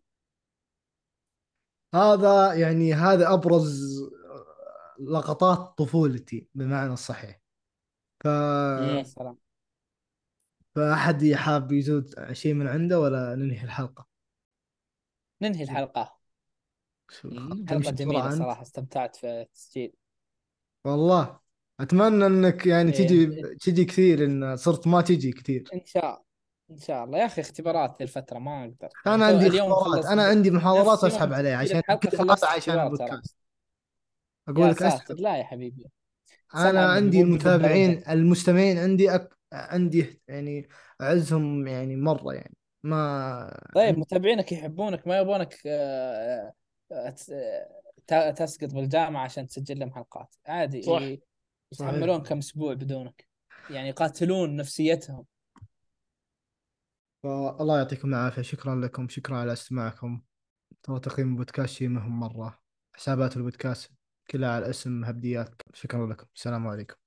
هذا يعني هذا ابرز لقطات طفولتي بمعنى الصحيح. ف يا امم. سلام. فأحد حاب يزود شيء من عنده ولا ننهي الحلقة؟ ننهي الحلقة. حلقة تمشي جميلة بسرعة أنت. صراحة، استمتعت في التسجيل. والله أتمنى أنك يعني إيه. تجي كثير، إن صرت ما تجي كثير. إن شاء إن شاء الله يا أخي، اختبارات ذي الفترة ما أقدر يعني، أنا تو عندي اليوم اختبارات، خلصت أنا عندي محاضرات نفس يوم أسحب عليها تسجيل عشان الحلقة كذا، هذا خلصت عشان اختبار ترى. البودكاست. أقول يا لك ساتر أسحب. لا يا حبيبي. أنا 7 عندي مو بذي الدرجة. المتابعين المستمعين عندي يعني أعزهم يعني مرة يعني، ما طيب عندي. متابعينك يحبونك، ما يبونك تسقط بالجامعة عشان تسجل لهم حلقات عادي. صح. صحيح. يتحملون كم أسبوع بدونك، يعني يقاتلون نفسيتهم. فالله يعطيكم العافية، شكرا لكم، شكرا على استماعكم. ترى تقييم البودكاست شيء مهم مرة. حسابات البودكاست كلها على اسم هبديات. شكرا لكم، السلام عليكم.